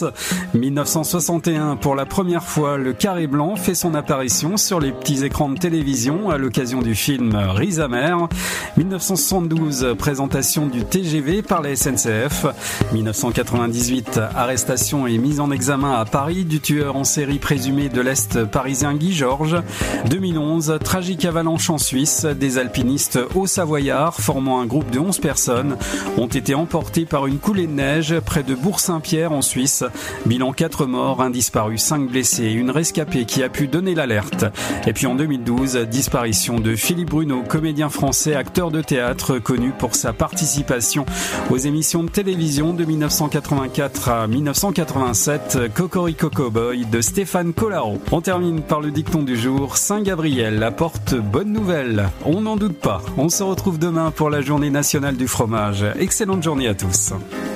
1961, pour la première fois, le carré blanc fait son apparition sur les petits écrans de télévision à l'occasion du film Riz-Amer. 1972, présentation du TGV par la SNCF. 1998, arrestation et mise en examen à Paris du tueur en série présumé de l'Est parisien Guy Georges. 2011, tragique avalanche en Suisse. Des alpinistes haut-savoyards formant un groupe de 11 personnes ont été emportés par une coulée de neige près de Bourg-Saint-Pierre en Suisse. Bilan 4 morts, un disparu, 5 blessés, une rescapée qui a pu donner l'alerte. Et puis en 2012, disparition de Philippe Bruneau, comédien français, acteur de théâtre connu pour sa participation aux émissions de télévision de 1984 à 1987, Cocorico Cowboy de Stéphane Collaro. On termine par le dicton du jour, Saint-Gabriel apporte bonne nouvelle. On n'en doute pas. On se retrouve demain pour la journée nationale du fromage. Excellent. excellente journée à tous.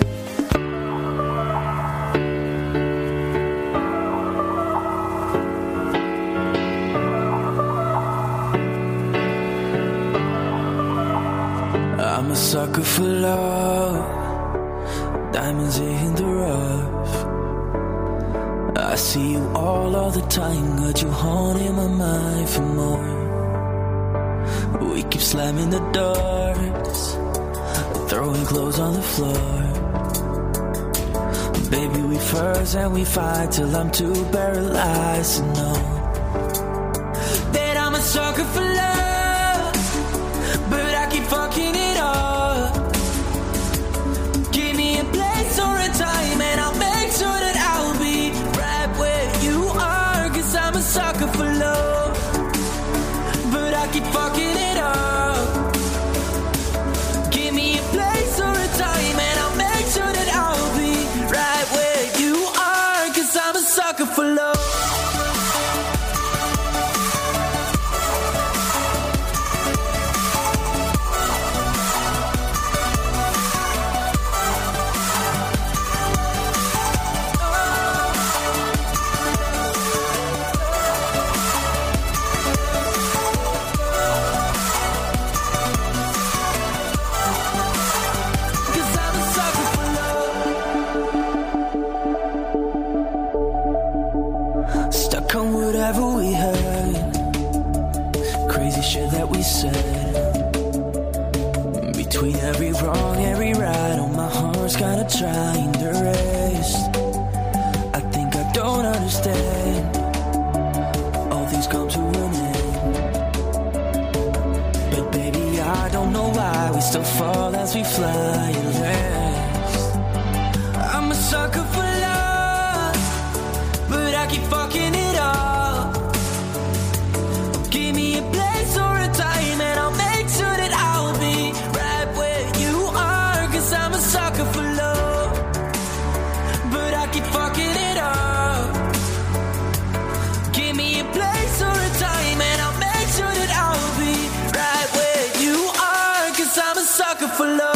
I'm a sucker for love, diamonds in the rough. I see you all of the time, got you haunting my mind for more. We keep slamming the doors, throwing clothes on the floor. Baby, we fuss and we fight till I'm too paralyzed to know that I'm a sucker for love, but I keep fucking it up. Give me a place or a time and I'll make sure that I'll be right where you are, 'cause I'm a sucker for love, but I keep fucking it up. Give me a place or a time and I'll make sure that I'll be right where you are, 'cause I'm a sucker for love. Stuck on whatever we heard, crazy shit that we said. Between every wrong, every right, oh my heart's kinda trying to rest. I think I don't understand, all things come to an end. But baby, I don't know why we still fall as we fly and rest. I'm a sucker for love, but I keep fucking it up. Give me a place or a time and I'll make sure that I'll be right where you are, 'cause I'm a sucker for love, but I keep fucking it up. Give me a place or a time and I'll make sure that I'll be right where you are, 'cause I'm a sucker for love.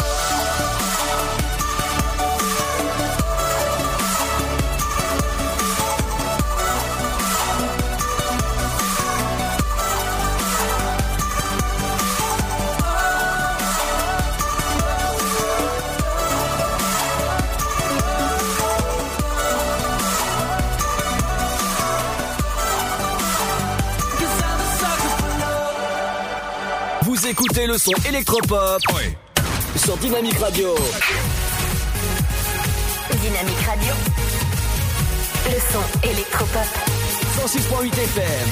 Vous écoutez le son électropop sur Dynamique Radio. Dynamique Radio. Le son électropop. 106.8 FM.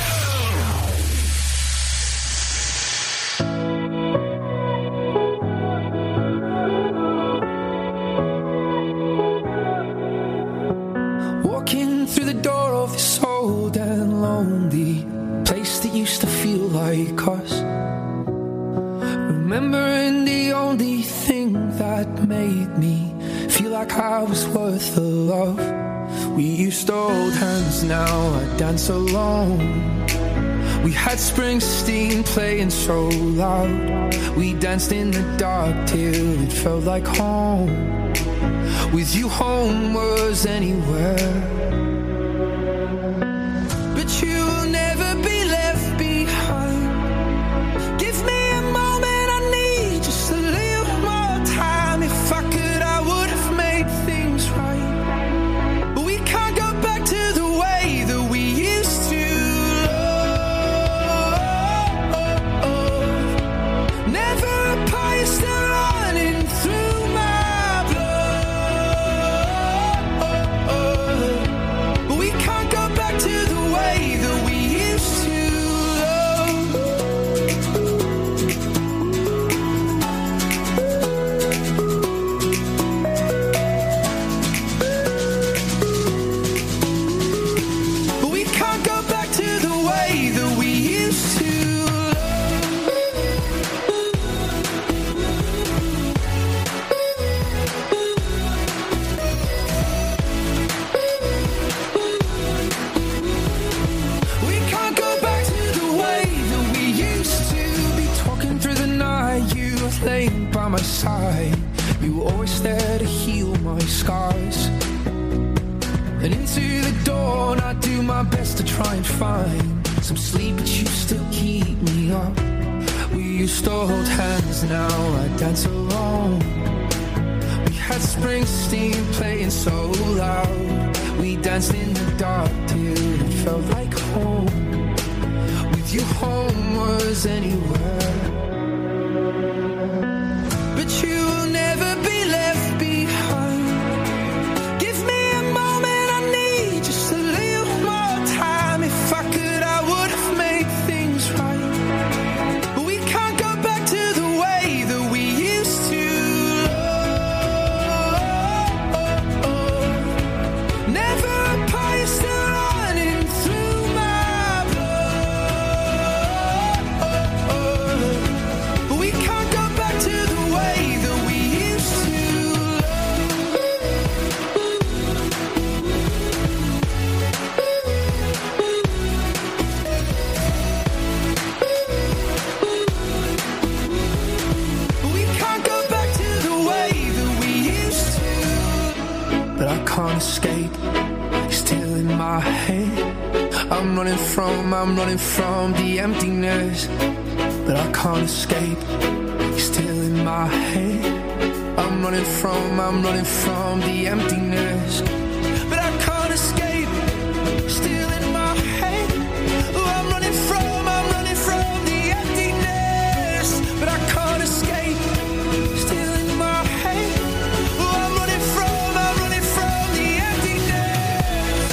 Walking through the door of this old and lonely place that used to feel like us. Remembering the only thing that made me feel like I was worth the love. We used to hold hands, now I dance alone. We had Springsteen playing so loud. We danced in the dark till it felt like home. With you, home was anywhere. But you'll never be left behind. Give me a moment, I need just a little more time. If I could, I would have made things right. But we can't go back to the way that we used to love. Never apart, you're still running through my blood. And into the dawn I do my best to try and find some sleep, but you still keep me up. We used to hold hands, now I dance alone. We had Springsteen playing so loud. We danced in the dark till it felt like home. With you home was anywhere. But you will never be left behind. Give me a moment, I need just a little more time. If I could, I would have made things right. But we can't go back to the way that we used to love. Never a pie still running through my blood. But we can't go back to the way that we used to We can't go back to the way that we used to. But I can't escape, you're still in my head. I'm running from the emptiness. But I can't escape, you're still in my head. I'm running from the emptiness. But I can't escape, you're still in my head. Oh, I'm running from the emptiness. But I can't escape, still in my head. Oh, I'm running from the emptiness.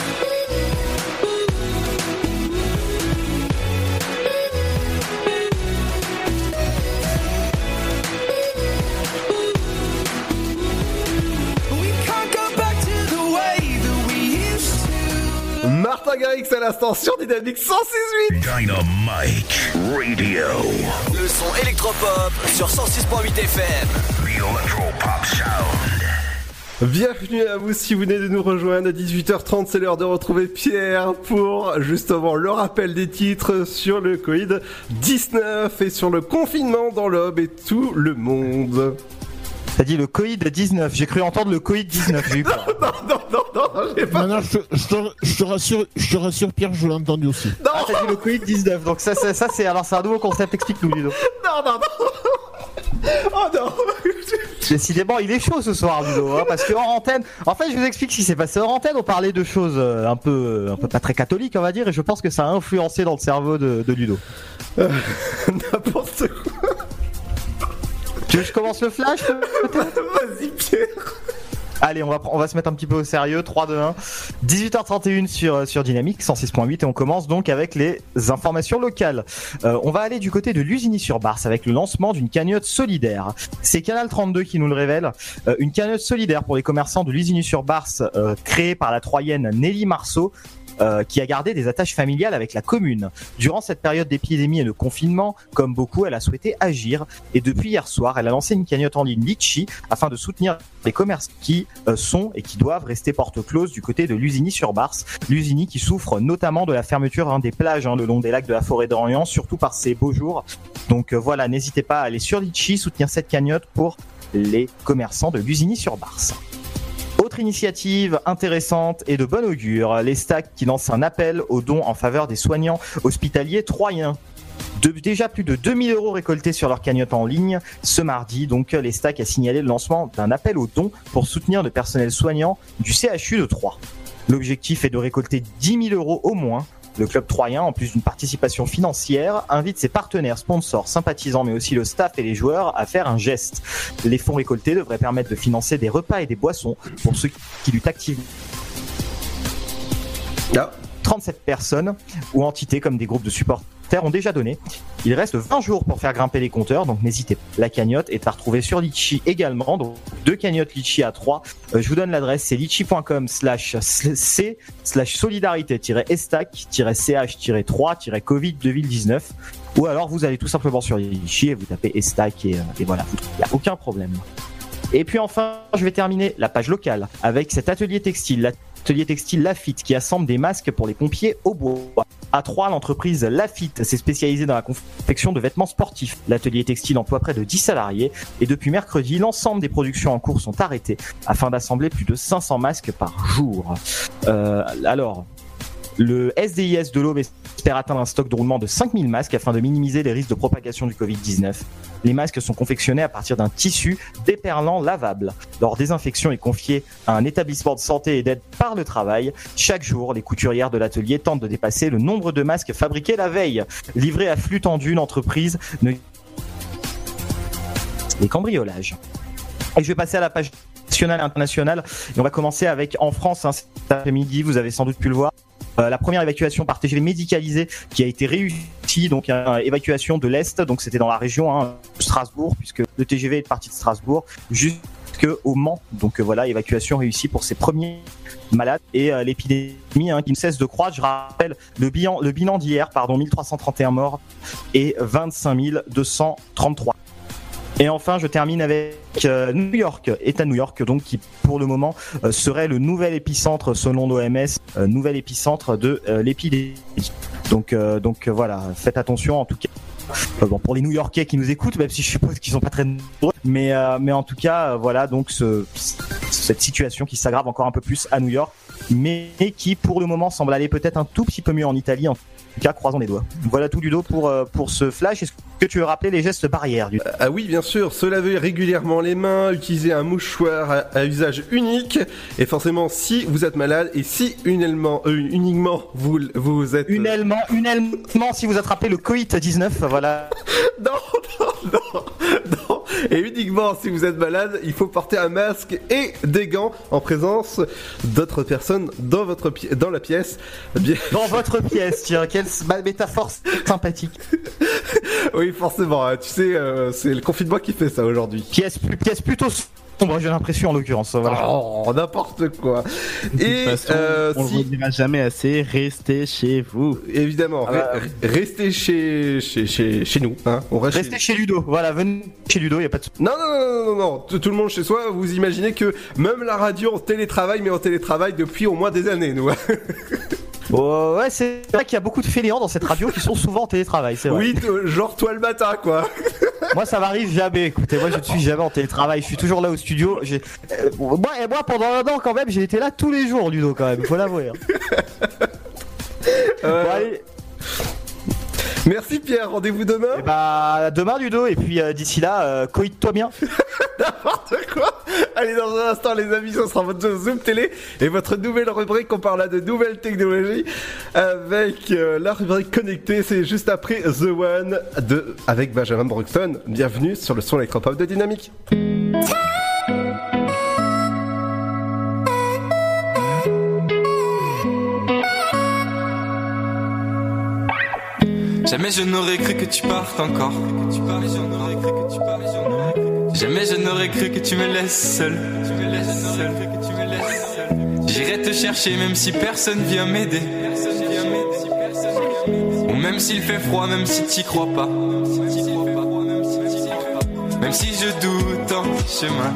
We can't go back to the way that we used to. Martin Garrix à l'instant sur Dynamique 106.8. Dynamite Radio. Le son électropop sur 106.8 FM. The Electropop Sound. Bienvenue à vous si vous venez de nous rejoindre à 18h30, c'est l'heure de retrouver Pierre pour justement le rappel des titres sur le Covid-19 et sur le confinement dans l'Aube et tout le monde. T'as dit le Covid-19, j'ai cru entendre le Covid-19, j'ai eu peur. Non, j'ai pas. Non, je te rassure Pierre, je l'ai entendu aussi. Non. Ah, t'as dit le Covid-19, donc ça c'est un nouveau concept, explique-nous Ludo. Non. Oh non. Décidément, il est chaud ce soir, Ludo, hein, parce que hors antenne, en fait, je vous explique ce qui s'est passé hors antenne. On parlait de choses un peu pas très catholiques, on va dire, et je pense que ça a influencé dans le cerveau de Ludo. N'importe quoi. Tu veux que je commence le flash peut-être ? Vas-y, Pierre. Allez, on va se mettre un petit peu au sérieux. 3, 2, 1. 18h31 sur Dynamique 106.8 et on commence donc avec les informations locales. On va aller du côté de Lusigny-sur-Barse avec le lancement d'une cagnotte solidaire. C'est Canal 32 qui nous le révèle. Une cagnotte solidaire pour les commerçants de Lusigny-sur-Barse créée par la Troyenne Nelly Marceau. Qui a gardé des attaches familiales avec la commune. Durant cette période d'épidémie et de confinement, comme beaucoup, elle a souhaité agir. Et depuis hier soir, elle a lancé une cagnotte en ligne Litchi afin de soutenir les commerces qui sont et qui doivent rester porte close du côté de Lusigny-sur-Barse. Lusigny qui souffre notamment de la fermeture des plages le long des lacs de la forêt d'Orient, surtout par ces beaux jours. Donc voilà, n'hésitez pas à aller sur Litchi, soutenir cette cagnotte pour les commerçants de Lusigny-sur-Barse. Autre initiative intéressante et de bon augure, les Stacks qui lancent un appel aux dons en faveur des soignants hospitaliers troyens. Déjà plus de 2000 € récoltés sur leur cagnotte en ligne. Ce mardi, donc, les Stacks a signalé le lancement d'un appel aux dons pour soutenir le personnel soignant du CHU de Troyes. L'objectif est de récolter 10 000 € au moins. Le club troyen, en plus d'une participation financière, invite ses partenaires, sponsors, sympathisants, mais aussi le staff et les joueurs à faire un geste. Les fonds récoltés devraient permettre de financer des repas et des boissons pour ceux qui luttent activement. 37 personnes ou entités comme des groupes de supporters ont déjà donné. Il reste 20 jours pour faire grimper les compteurs, donc n'hésitez pas. La cagnotte est à retrouver sur Litchi également, donc 2 cagnottes Litchi à 3. Je vous donne l'adresse, c'est litchi.com/c/solidarité-estac-ch-3-covid-2019 ou alors vous allez tout simplement sur Litchi et vous tapez Estac et voilà, il n'y a aucun problème. Et puis enfin, je vais terminer la page locale avec cet atelier textile, l'atelier textile Lafitte qui assemble des masques pour les pompiers au bois. À Troyes, l'entreprise Lafitte s'est spécialisée dans la confection de vêtements sportifs. L'atelier textile emploie près de 10 salariés et depuis mercredi, l'ensemble des productions en cours sont arrêtées afin d'assembler plus de 500 masques par jour. Alors, le SDIS de l'Aube espère atteindre un stock de roulement de 5000 masques afin de minimiser les risques de propagation du Covid-19. Les masques sont confectionnés à partir d'un tissu déperlant lavable. Leur désinfection est confiée à un établissement de santé et d'aide par le travail. Chaque jour, les couturières de l'atelier tentent de dépasser le nombre de masques fabriqués la veille. Livrés à flux tendu, l'entreprise ne... Les cambriolages. Et je vais passer à la page nationale et internationale. Et on va commencer avec en France, cet après-midi, vous avez sans doute pu le voir. La première évacuation par TGV médicalisé qui a été réussie, donc évacuation de l'Est, donc c'était dans la région de Strasbourg, puisque le TGV est parti de Strasbourg jusqu'au Mans. Donc voilà, évacuation réussie pour ces premiers malades et l'épidémie qui ne cesse de croître. Je rappelle le bilan d'hier, 1331 morts et 25 233. Et enfin, je termine avec New York, État de New York, donc qui pour le moment serait le nouvel épicentre selon l'OMS, nouvel épicentre de l'épidémie. Donc voilà, faites attention en tout cas. Bon, pour les New-Yorkais qui nous écoutent, même si je suppose qu'ils sont pas très nombreux, mais en tout cas voilà donc cette situation qui s'aggrave encore un peu plus à New York, mais qui pour le moment semble aller peut-être un tout petit peu mieux en Italie. En tout cas, croisons les doigts. Voilà tout, Ludo, pour ce flash. Est-ce que tu veux rappeler les gestes barrières du... Ah oui, bien sûr. Se laver régulièrement les mains, utiliser un mouchoir à usage unique. Et forcément, si vous êtes malade et si uniquement vous êtes... Uniquement, si vous attrapez le Covid-19, voilà. Non. Et uniquement si vous êtes malade, il faut porter un masque et des gants en présence d'autres personnes dans la pièce. Dans votre pièce, tiens, quelle métaphore sympathique. Oui, forcément, hein, tu sais, c'est le confinement qui fait ça aujourd'hui. Pièce plutôt sombre, j'ai l'impression en l'occurrence. Voilà. Oh, n'importe quoi. Et de toute façon, on ne le dira jamais assez, restez chez vous. Évidemment, restez chez nous. Hein. Restez chez Ludo, voilà, venez chez Ludo, il n'y a pas de souci. Non. Tout le monde chez soi, vous imaginez que même la radio en télétravail, mais en télétravail depuis au moins des années, nous. Oh, ouais, c'est vrai qu'il y a beaucoup de fainéants dans cette radio qui sont souvent en télétravail, c'est vrai. Oui, genre toi le matin, quoi. Moi, ça m'arrive jamais. Écoutez, moi, je ne suis jamais en télétravail. Je suis toujours là au studio. Moi, pendant un an, quand même, j'ai été là tous les jours, Ludo, quand même. Faut l'avouer. Hein. Bon, allez. Merci Pierre, rendez-vous demain. Et bah demain Ludo, et puis d'ici là, coïte-toi bien. N'importe quoi. Allez, dans un instant les amis, ce sera votre Zoom Télé et votre nouvelle rubrique, on parle là de nouvelles technologies avec la rubrique connectée, c'est juste après The One avec Benjamin Broxton. Bienvenue sur le son électropop de Dynamique. Jamais je n'aurais cru que tu partes encore. Jamais je n'aurais cru que tu me laisses seul. J'irai te chercher même si personne vient m'aider. Ou même s'il fait froid, même si t'y crois pas. Même si je doute en chemin.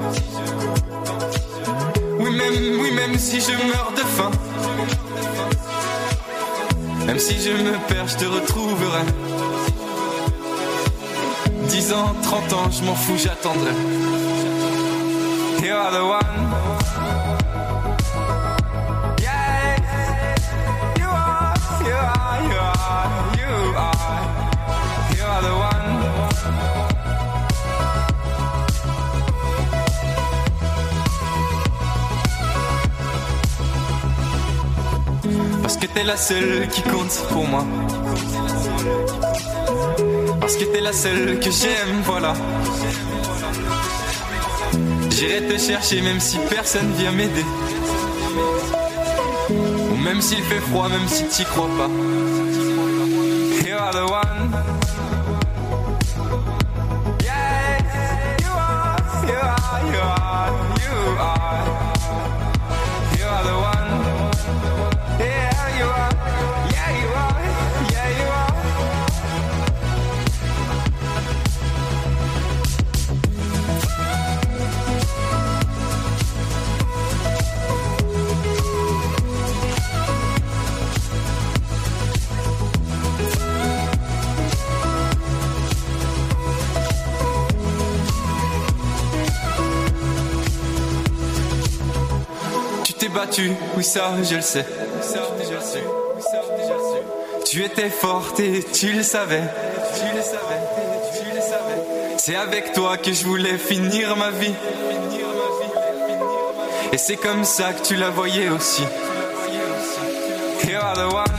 Oui, même si je meurs de faim. Même si je me perds, je te retrouverai. 10 ans, 30 ans, je m'en fous, j'attendrai. You are the one. Yeah. You are the one. Parce que t'es la seule qui compte pour moi. Parce que t'es la seule que j'aime, voilà. J'irai te chercher même si personne vient m'aider. Ou même s'il fait froid, même si t'y crois pas. You are the one. Yeah, you are the one. Yeah, you are. t'ai battu, oui ça je le sais. Tu étais forte et tu le savais. C'est avec toi que je voulais finir ma vie. Et c'est comme ça que tu la voyais aussi. You are the one.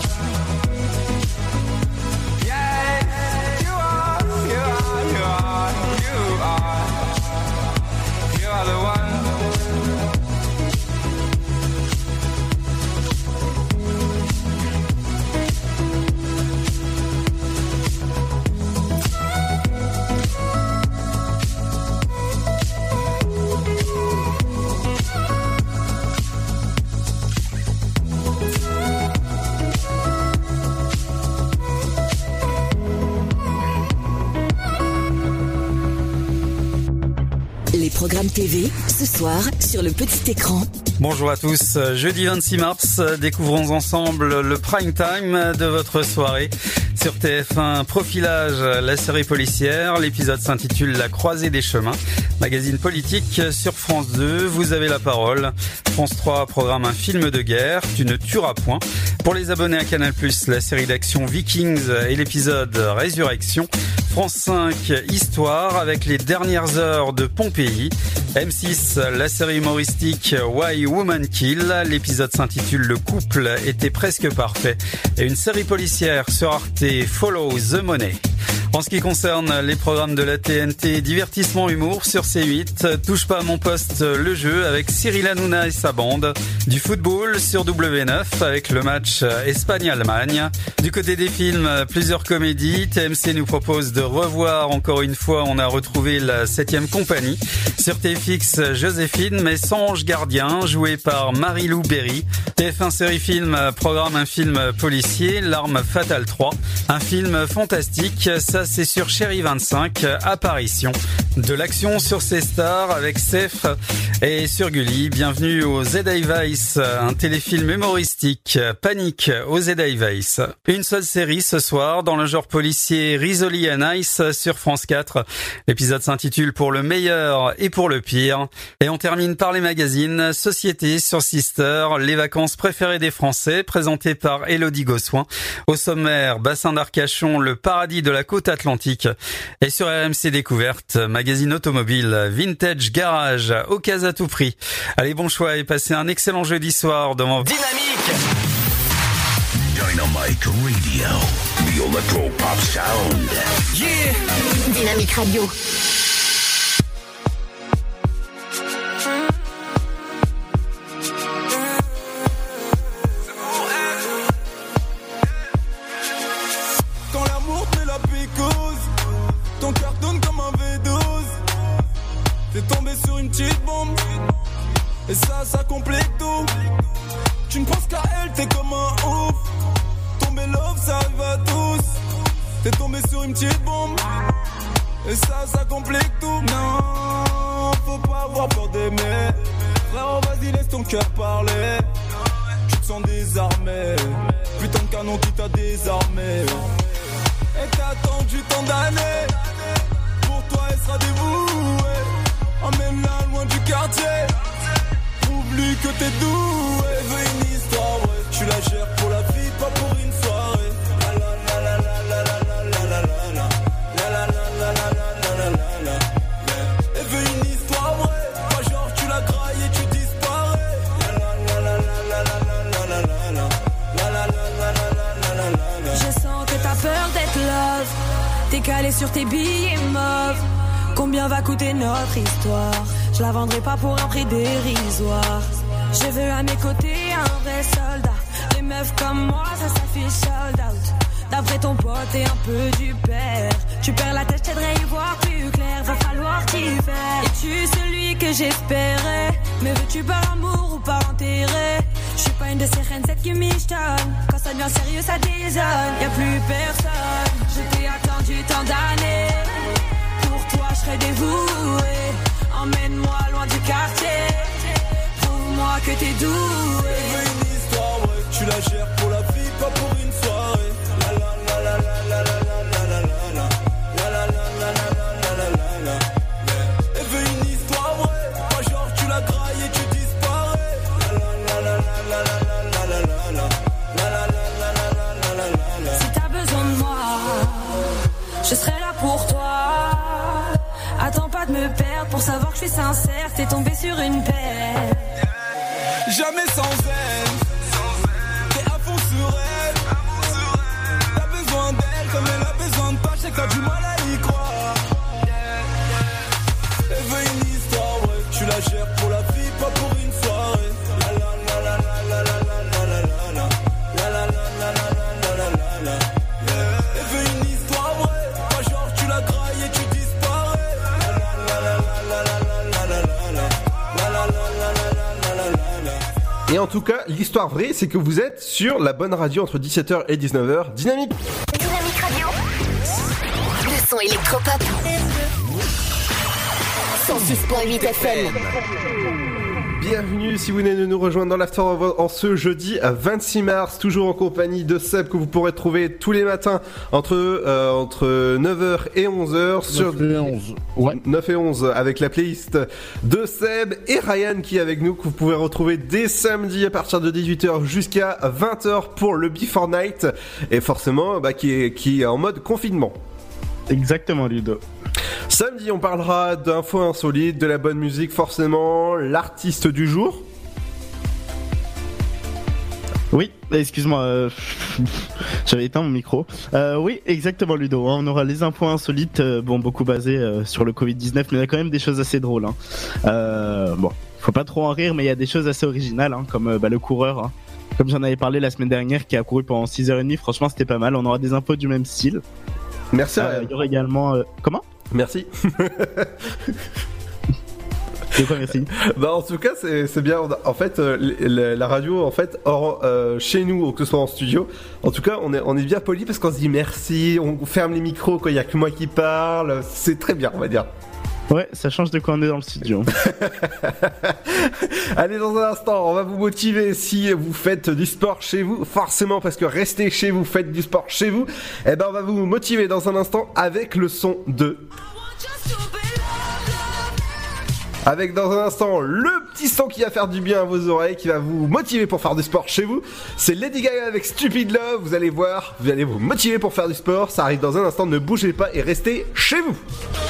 Programme TV, ce soir, sur le petit écran. Bonjour à tous, jeudi 26 mars, découvrons ensemble le prime time de votre soirée. Sur TF1, Profilage, la série policière, l'épisode s'intitule La croisée des chemins. Magazine politique sur France 2, vous avez la parole. France 3 programme un film de guerre, Tu ne tueras point. Pour les abonnés à Canal+, la série d'action Vikings et l'épisode Résurrection. France 5, Histoire avec les dernières heures de Pompéi. M6, la série humoristique Why Woman Kill. L'épisode s'intitule Le couple était presque parfait. Et une série policière sur Arte, Follow the Money. En ce qui concerne les programmes de la TNT, divertissement humour sur C8, Touche pas à mon poste, le jeu avec Cyril Hanouna et sa bande, du football sur W9 avec le match Espagne-Allemagne. Du côté des films, plusieurs comédies, TMC nous propose de revoir encore une fois, on a retrouvé la 7e compagnie. Sur TFX, Joséphine, mais sans ange gardien, joué par Marie-Lou Berry. TF1 série film programme un film policier, L'arme fatale 3, un film fantastique, ça c'est sur Chéri 25, apparition. De l'action sur ces stars avec Seth et sur Gulli, bienvenue au ZI Vice, un téléfilm humoristique, Panique au ZI Vice. Une seule série ce soir dans le genre policier, Rizzoli and Ice sur France 4. L'épisode s'intitule Pour le meilleur et pour le pire. Et on termine par les magazines, Société sur Sister, les vacances préférées des Français, présentées par Élodie Gossoin. Au sommaire, Bassin d'Arcachon, le paradis de la côte atlantique. Et sur RMC Découverte, magazine automobile, Vintage Garage, occasion à tout prix. Allez, bon choix et passez un excellent jeudi soir devant Dynamique Radio, the electro pop sound. Yeah. Dynamique Radio. Quand l'amour te la pécose, ton cœur tourne comme un V12. T'es tombé sur une petite bombe, et ça complique tout. Tu ne penses qu'à elle, t'es comme un ouf. Tomber love, ça arrive à tous. T'es tombé sur une petite bombe, et ça complique tout. Non, faut pas avoir peur d'aimer. Frérot, vas-y, laisse ton cœur parler. Tu te sens désarmé, putain de canon qui t'a désarmé. Et t'as attendu tant d'années, pour toi elle sera dévouée. Emmène-la loin du quartier, prouve-lui que t'es doué. Veux une histoire, ouais, tu la gères pour la vie, pas pour une soirée. La la la la la la la la la la la la la la la la. Et veux une histoire, ouais, pas genre tu la grailles et tu disparais. La la la la la la la la la la la la. Je sens que t'as peur d'être love, t'es calé sur tes billets mauves. Combien va coûter notre histoire? Je la vendrai pas pour un prix dérisoire. Je veux à mes côtés un vrai soldat. Les meufs comme moi, ça s'affiche sold out. D'après ton pote et un peu du père, tu perds la tête, t'aiderais y voir plus clair. Va falloir t'y faire. Es-tu celui que j'espérais? Me veux-tu par amour ou par intérêt? Je suis pas une de ces reines qui michetonne. Quand ça devient sérieux, ça désonne. Y'a plus personne. Je t'ai attendu tant d'années. Pour toi, je serai dévoué. Emmène-moi loin du quartier. Prouve-moi que t'es doué. Veux une histoire, ouais, tu la gères pour la vie, pas pour une soirée. La la la la la la la la la la la la la la la la la. Et veux une histoire, ouais, pas genre tu la grailles et tu disparais. La de me perdre pour savoir que je suis sincère. T'es tombé sur une paire. Jamais sans elle. T'es à fond sur elle. T'as besoin d'elle comme elle a besoin de toi. Je sais que t'as du mal à y croire. Elle veut une histoire, ouais. Tu la gères pour la vie, pas pour une soirée. La la la la la la la la la la la la la la la la la. Elle veut une histoire, ouais. Pas genre tu la grailles et tu disparais. La la la la la la la la la la la la la la. Et en tout cas, l'histoire vraie, c'est que vous êtes sur la bonne radio entre 17h et 19h. Dynamique. Dynamique Radio. Le son électropop. 106.8 FM. Bienvenue si vous venez de nous rejoindre dans l'After en ce jeudi 26 mars, toujours en compagnie de Seb que vous pourrez trouver tous les matins entre 9h et 11h sur 9 et 11. Ouais. 9 et 11 avec la playlist de Seb et Ryan qui est avec nous, que vous pouvez retrouver dès samedi à partir de 18h jusqu'à 20h pour le Before Night, et forcément qui est en mode confinement. Exactement, Ludo. Samedi, on parlera d'infos insolites, de la bonne musique, forcément, l'artiste du jour. Oui, excuse-moi, j'avais éteint mon micro. Oui, exactement, Ludo. On aura les infos insolites, beaucoup basées sur le Covid-19, mais il y a quand même des choses assez drôles. Faut pas trop en rire, mais il y a des choses assez originales, comme le coureur. Comme j'en avais parlé la semaine dernière, qui a couru pendant 6h30. Franchement, c'était pas mal. On aura des infos du même style. Merci. Il y aura également... Comment ? Merci. C'est quoi, merci? En tout cas, c'est bien. En fait, la radio, en fait, chez nous, que ce soit en studio, en tout cas, on est bien poli parce qu'on se dit merci, on ferme les micros quand il y a que moi qui parle. C'est très bien, on va dire. Ouais, ça change de quoi on est dans le studio. Allez, dans un instant, on va vous motiver si vous faites du sport chez vous, forcément, parce que restez chez vous, faites du sport chez vous. On va vous motiver dans un instant avec le son de... Avec dans un instant le petit son qui va faire du bien à vos oreilles, qui va vous motiver pour faire du sport chez vous. C'est Lady Gaga avec Stupid Love. Vous allez voir, vous allez vous motiver pour faire du sport. Ça arrive dans un instant, ne bougez pas et restez chez vous.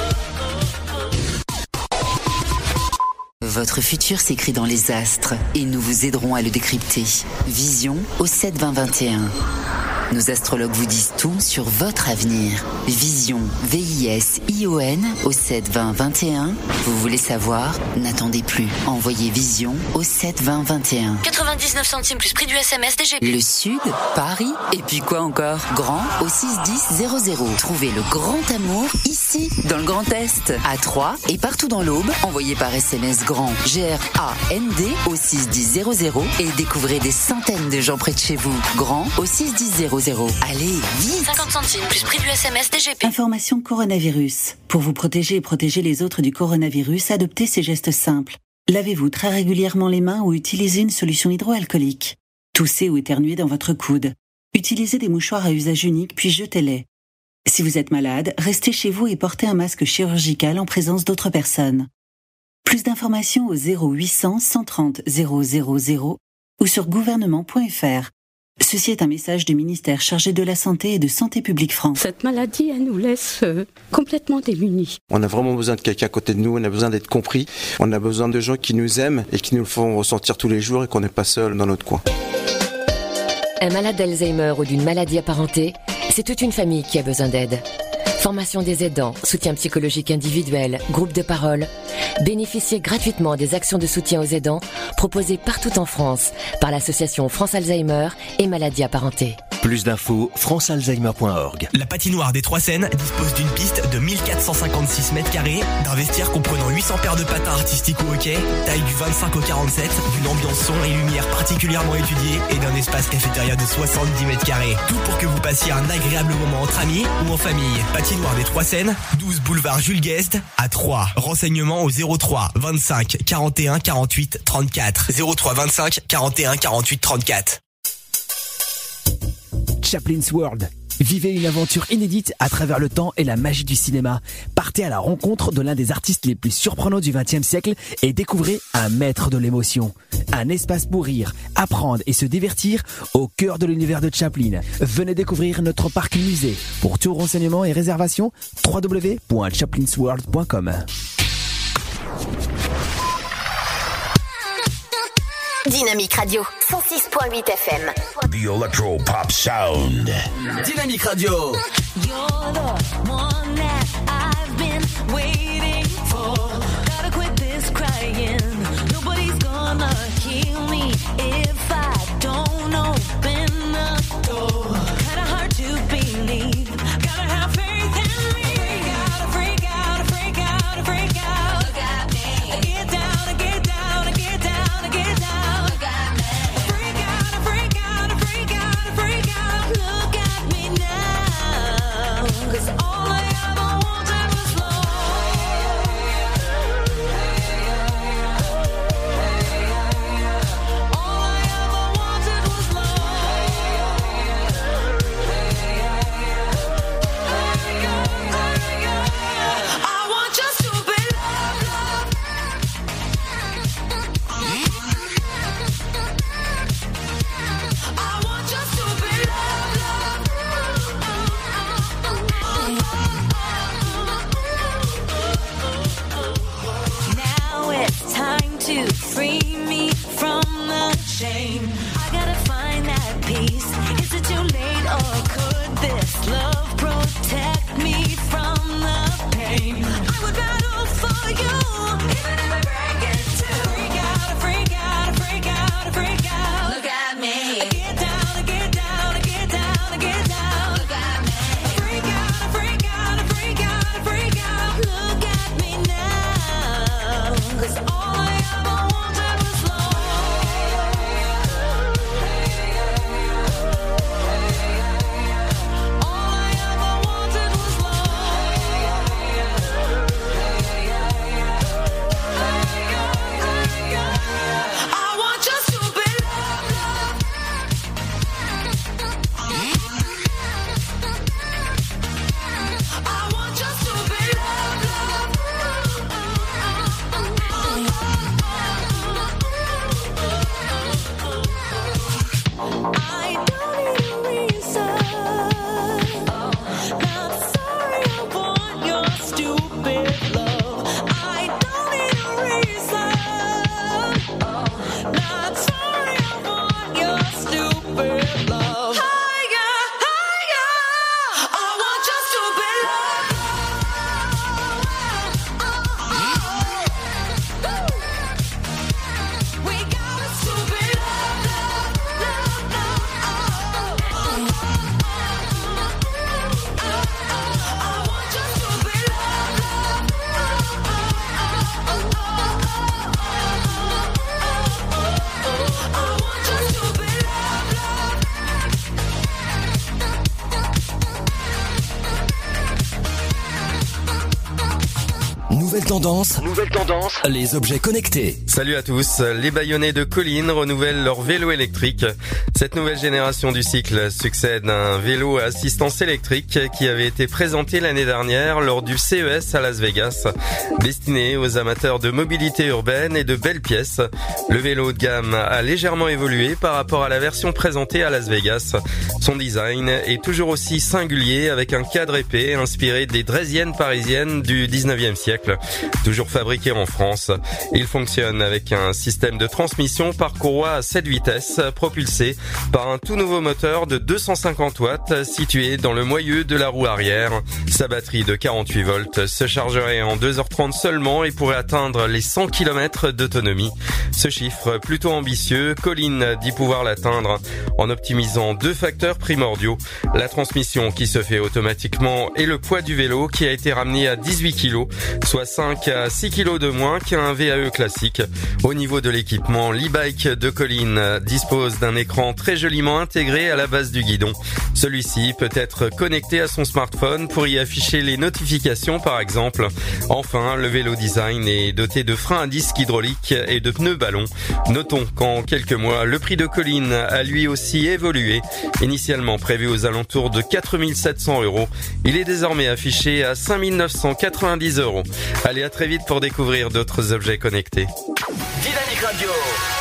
Votre futur s'écrit dans les astres et nous vous aiderons à le décrypter. Vision au 7-20-21. Nos astrologues vous disent tout sur votre avenir. Vision, V-I-S-I-O-N au 7-20-21. Vous voulez savoir? N'attendez plus. Envoyez Vision au 7-20-21. 99 centimes plus prix du SMS DGP. Le Sud, Paris, et puis quoi encore? Grand au 61000. Trouvez le grand amour ici, dans le Grand Est, à Troyes et partout dans l'Aube. Envoyez par SMS GRAND, G-R-A-N-D au 61000 et découvrez des centaines de gens près de chez vous. Grand au 61000. Allez, vite! 50 centimes plus prix du SMS DGP. Information coronavirus. Pour vous protéger et protéger les autres du coronavirus, adoptez ces gestes simples. Lavez-vous très régulièrement les mains ou utilisez une solution hydroalcoolique. Toussez ou éternuez dans votre coude. Utilisez des mouchoirs à usage unique puis jetez-les. Si vous êtes malade, restez chez vous et portez un masque chirurgical en présence d'autres personnes. Plus d'informations au 0800 130 000 ou sur gouvernement.fr. Ceci est un message du ministère chargé de la Santé et de Santé publique France. Cette maladie, elle nous laisse complètement démunis. On a vraiment besoin de quelqu'un à côté de nous, on a besoin d'être compris, on a besoin de gens qui nous aiment et qui nous le font ressentir tous les jours et qu'on n'est pas seul dans notre coin. Un malade d'Alzheimer ou d'une maladie apparentée, c'est toute une famille qui a besoin d'aide. Formation des aidants, soutien psychologique individuel, groupe de parole. Bénéficiez gratuitement des actions de soutien aux aidants proposées partout en France par l'association France Alzheimer et maladies apparentées. Plus d'infos, francealzheimer.org. La patinoire des Trois Seines dispose d'une piste de 1456 mètres carrés, d'un vestiaire comprenant 800 paires de patins artistiques au hockey, taille du 25 au 47, d'une ambiance son et lumière particulièrement étudiée et d'un espace cafétéria de 70 mètres carrés. Tout pour que vous passiez un agréable moment entre amis ou en famille. Patinoire des Trois Seines, 12 boulevard Jules Guest à Troyes. Renseignements au 03 25 41 48 34. 03 25 41 48 34. Chaplin's World. Vivez une aventure inédite à travers le temps et la magie du cinéma. Partez à la rencontre de l'un des artistes les plus surprenants du XXe siècle et découvrez un maître de l'émotion. Un espace pour rire, apprendre et se divertir au cœur de l'univers de Chaplin. Venez découvrir notre parc musée. Pour tout renseignement et réservation, www.chaplinsworld.com. Dynamique Radio, 106.8 FM. The Electro Pop Sound. Dynamique Radio. You're the one that I've been waiting for. Gotta quit this crying. Nobody's gonna kill me if I don't open the door. Kinda hard to believe. Gotta have faith in me. Freak out, freak out, freak out. Look at me. I get down, I get down, I get down, I get down. Look at me. Freak out, freak out, freak out, freak out. Look at me now. 'Cause all I ever wanted was Nouvelle tendance, les objets connectés. Salut à tous, les Bayonnais de Colline renouvellent leur vélo électrique. Cette nouvelle génération du cycle succède à un vélo à assistance électrique qui avait été présenté l'année dernière lors du CES à Las Vegas. Destiné aux amateurs de mobilité urbaine et de belles pièces, le vélo de gamme a légèrement évolué par rapport à la version présentée à Las Vegas. Son design est toujours aussi singulier avec un cadre épais inspiré des draisiennes parisiennes du 19e siècle. Toujours fabriqué en France, il fonctionne avec un système de transmission par courroie à 7 vitesses propulsé par un tout nouveau moteur de 250 watts situé dans le moyeu de la roue arrière. Sa batterie de 48 volts se chargerait en 2h30 seulement et pourrait atteindre les 100 km d'autonomie. Ce chiffre plutôt ambitieux, Colline dit pouvoir l'atteindre en optimisant deux facteurs primordiaux. La transmission qui se fait automatiquement et le poids du vélo qui a été ramené à 18 kg, soit 5 à 6 kg de moins qu'un VAE classique. Au niveau de l'équipement, l'e-bike de Colline dispose d'un écran très joliment intégré à la base du guidon. Celui-ci peut être connecté à son smartphone pour y afficher les notifications par exemple. Enfin, le vélo design est doté de freins à disque hydrauliques et de pneus ballons. Notons qu'en quelques mois, le prix de Colline a lui aussi évolué. Initialement prévu aux alentours de 4 700 €, il est désormais affiché à 5 990 €. Allez, à très vite pour découvrir d'autres objets connectés. Dynamique Radio.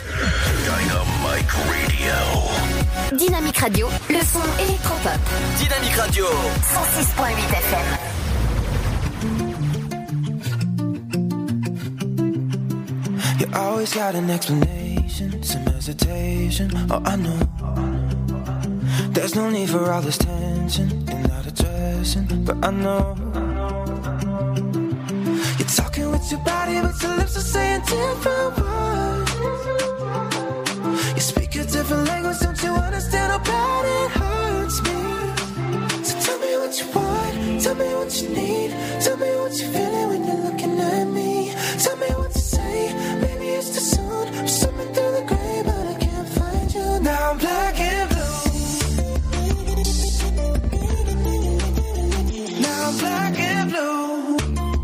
Dynamique Radio, le son électropop. Dynamique Radio. 106.8 FM. You always got an explanation, some hesitation. Oh, I know. There's no need for all this tension and not addressing, but I know. You're talking with your body, but your lips are saying different words. You speak a different language, don't you understand how bad it hurts me? So tell me what you want, tell me what you need, tell me what you're feeling when you're looking at me. Tell me what to say, maybe it's too soon. I'm swimming through the gray, but I can't find you. Now I'm black and blue. Now I'm black and blue.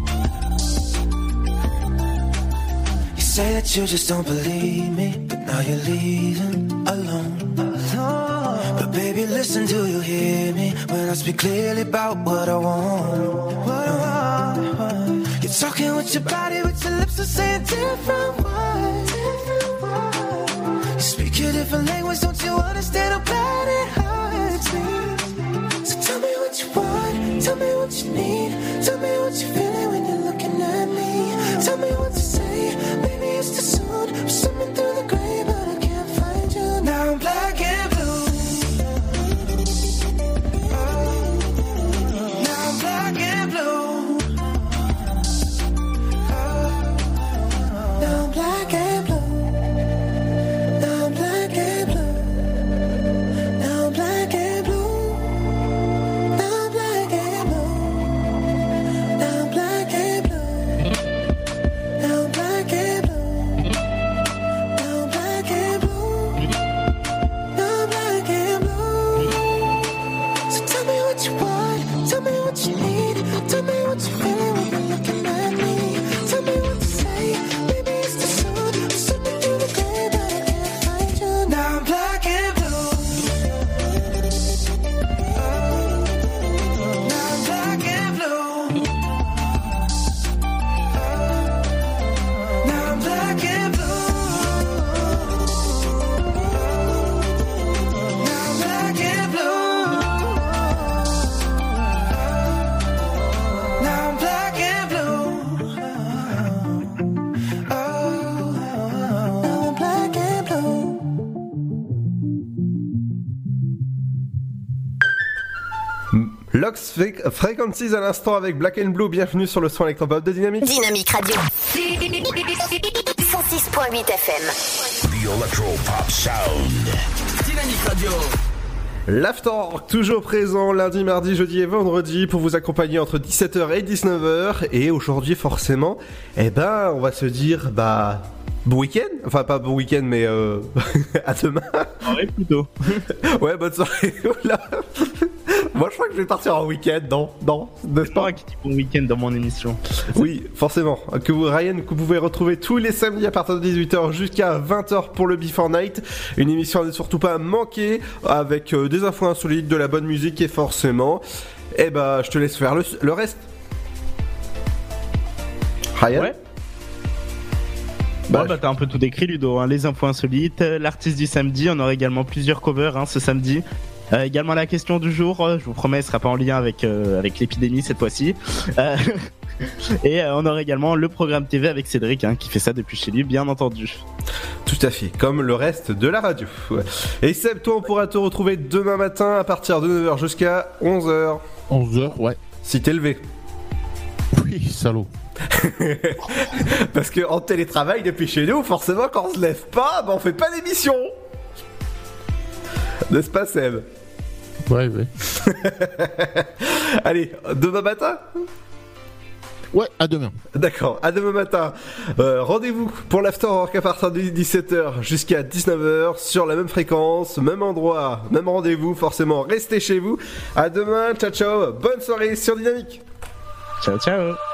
You say that you just don't believe me, but now you're leaving alone. But baby, listen, do you hear me when I speak clearly about what I want? What I want. You're talking with your body, but your lips are saying different words. You speak a different language, don't you understand how bad it hurts me? So tell me what you want, tell me what you need, tell me what you're feeling when you're looking at me. Tell me what to say, maybe it's too soon. I'm swimming through the gray, but I can't find you. Now I'm black and blue. Now I'm black and blue. Now I'm black and blue. Now I'm black and blue. Now I'm black and blue. Now I'm black and blue. Now I'm black and blue. Now I'm black and blue. Now I'm black and blue. Now I'm black and blue. So tell me what you want, tell me what you need, tell me what you're feeling when you're looking at me. Tell me what to say, maybe it's too soon. I'm slipping through the gray, but I can't find you. Now I'm black and blue. Now I'm black and blue. Now I'm black and blue. Now I'm black and blue. Now I'm black and blue. Oh, now I'm black and blue. Lox Frequencies à l'instant avec Black and Blue. Bienvenue sur le son électropop de Dynamique. Dynamique Radio. 106.8 FM. The Electropop Sound. Dynamique Radio. L'After toujours présent lundi, mardi, jeudi et vendredi pour vous accompagner entre 17h et 19h. Et aujourd'hui forcément, on va se dire bon week-end. Enfin pas bon week-end mais à demain. Ouais, plutôt. Ouais, bonne soirée. Oula. Moi je crois que je vais partir en week-end, non, n'est-ce pas? Qui dit bon week-end dans mon émission. Oui, forcément. Ryan, que vous pouvez retrouver tous les samedis à partir de 18h jusqu'à 20h pour le Before Night. Une émission à ne surtout pas manquer avec des infos insolites, de la bonne musique et forcément, je te laisse faire le reste. Ryan? Ouais. T'as un peu tout décrit, Ludo, hein. Les infos insolites, l'artiste du samedi, on aura également plusieurs covers ce samedi. Également la question du jour, je vous promets, elle sera pas en lien avec l'épidémie cette fois-ci. Et on aura également le programme TV avec Cédric qui fait ça depuis chez lui, bien entendu. Tout à fait, comme le reste de la radio. Ouais. Et Seb, toi, on pourra te retrouver demain matin à partir de 9h jusqu'à 11h. 11h, ouais. Si t'es levé. Oui, salaud. Parce que en télétravail depuis chez nous, forcément, quand on se lève pas, on fait pas d'émission. N'est-ce pas, Seb? Ouais. Allez, demain matin? Ouais, à demain. D'accord, à demain matin. Rendez-vous pour l'Afterwork à partir de 17h jusqu'à 19h sur la même fréquence, même endroit, même rendez-vous. Forcément, restez chez vous. À demain, ciao, bonne soirée sur Dynamique. Ciao.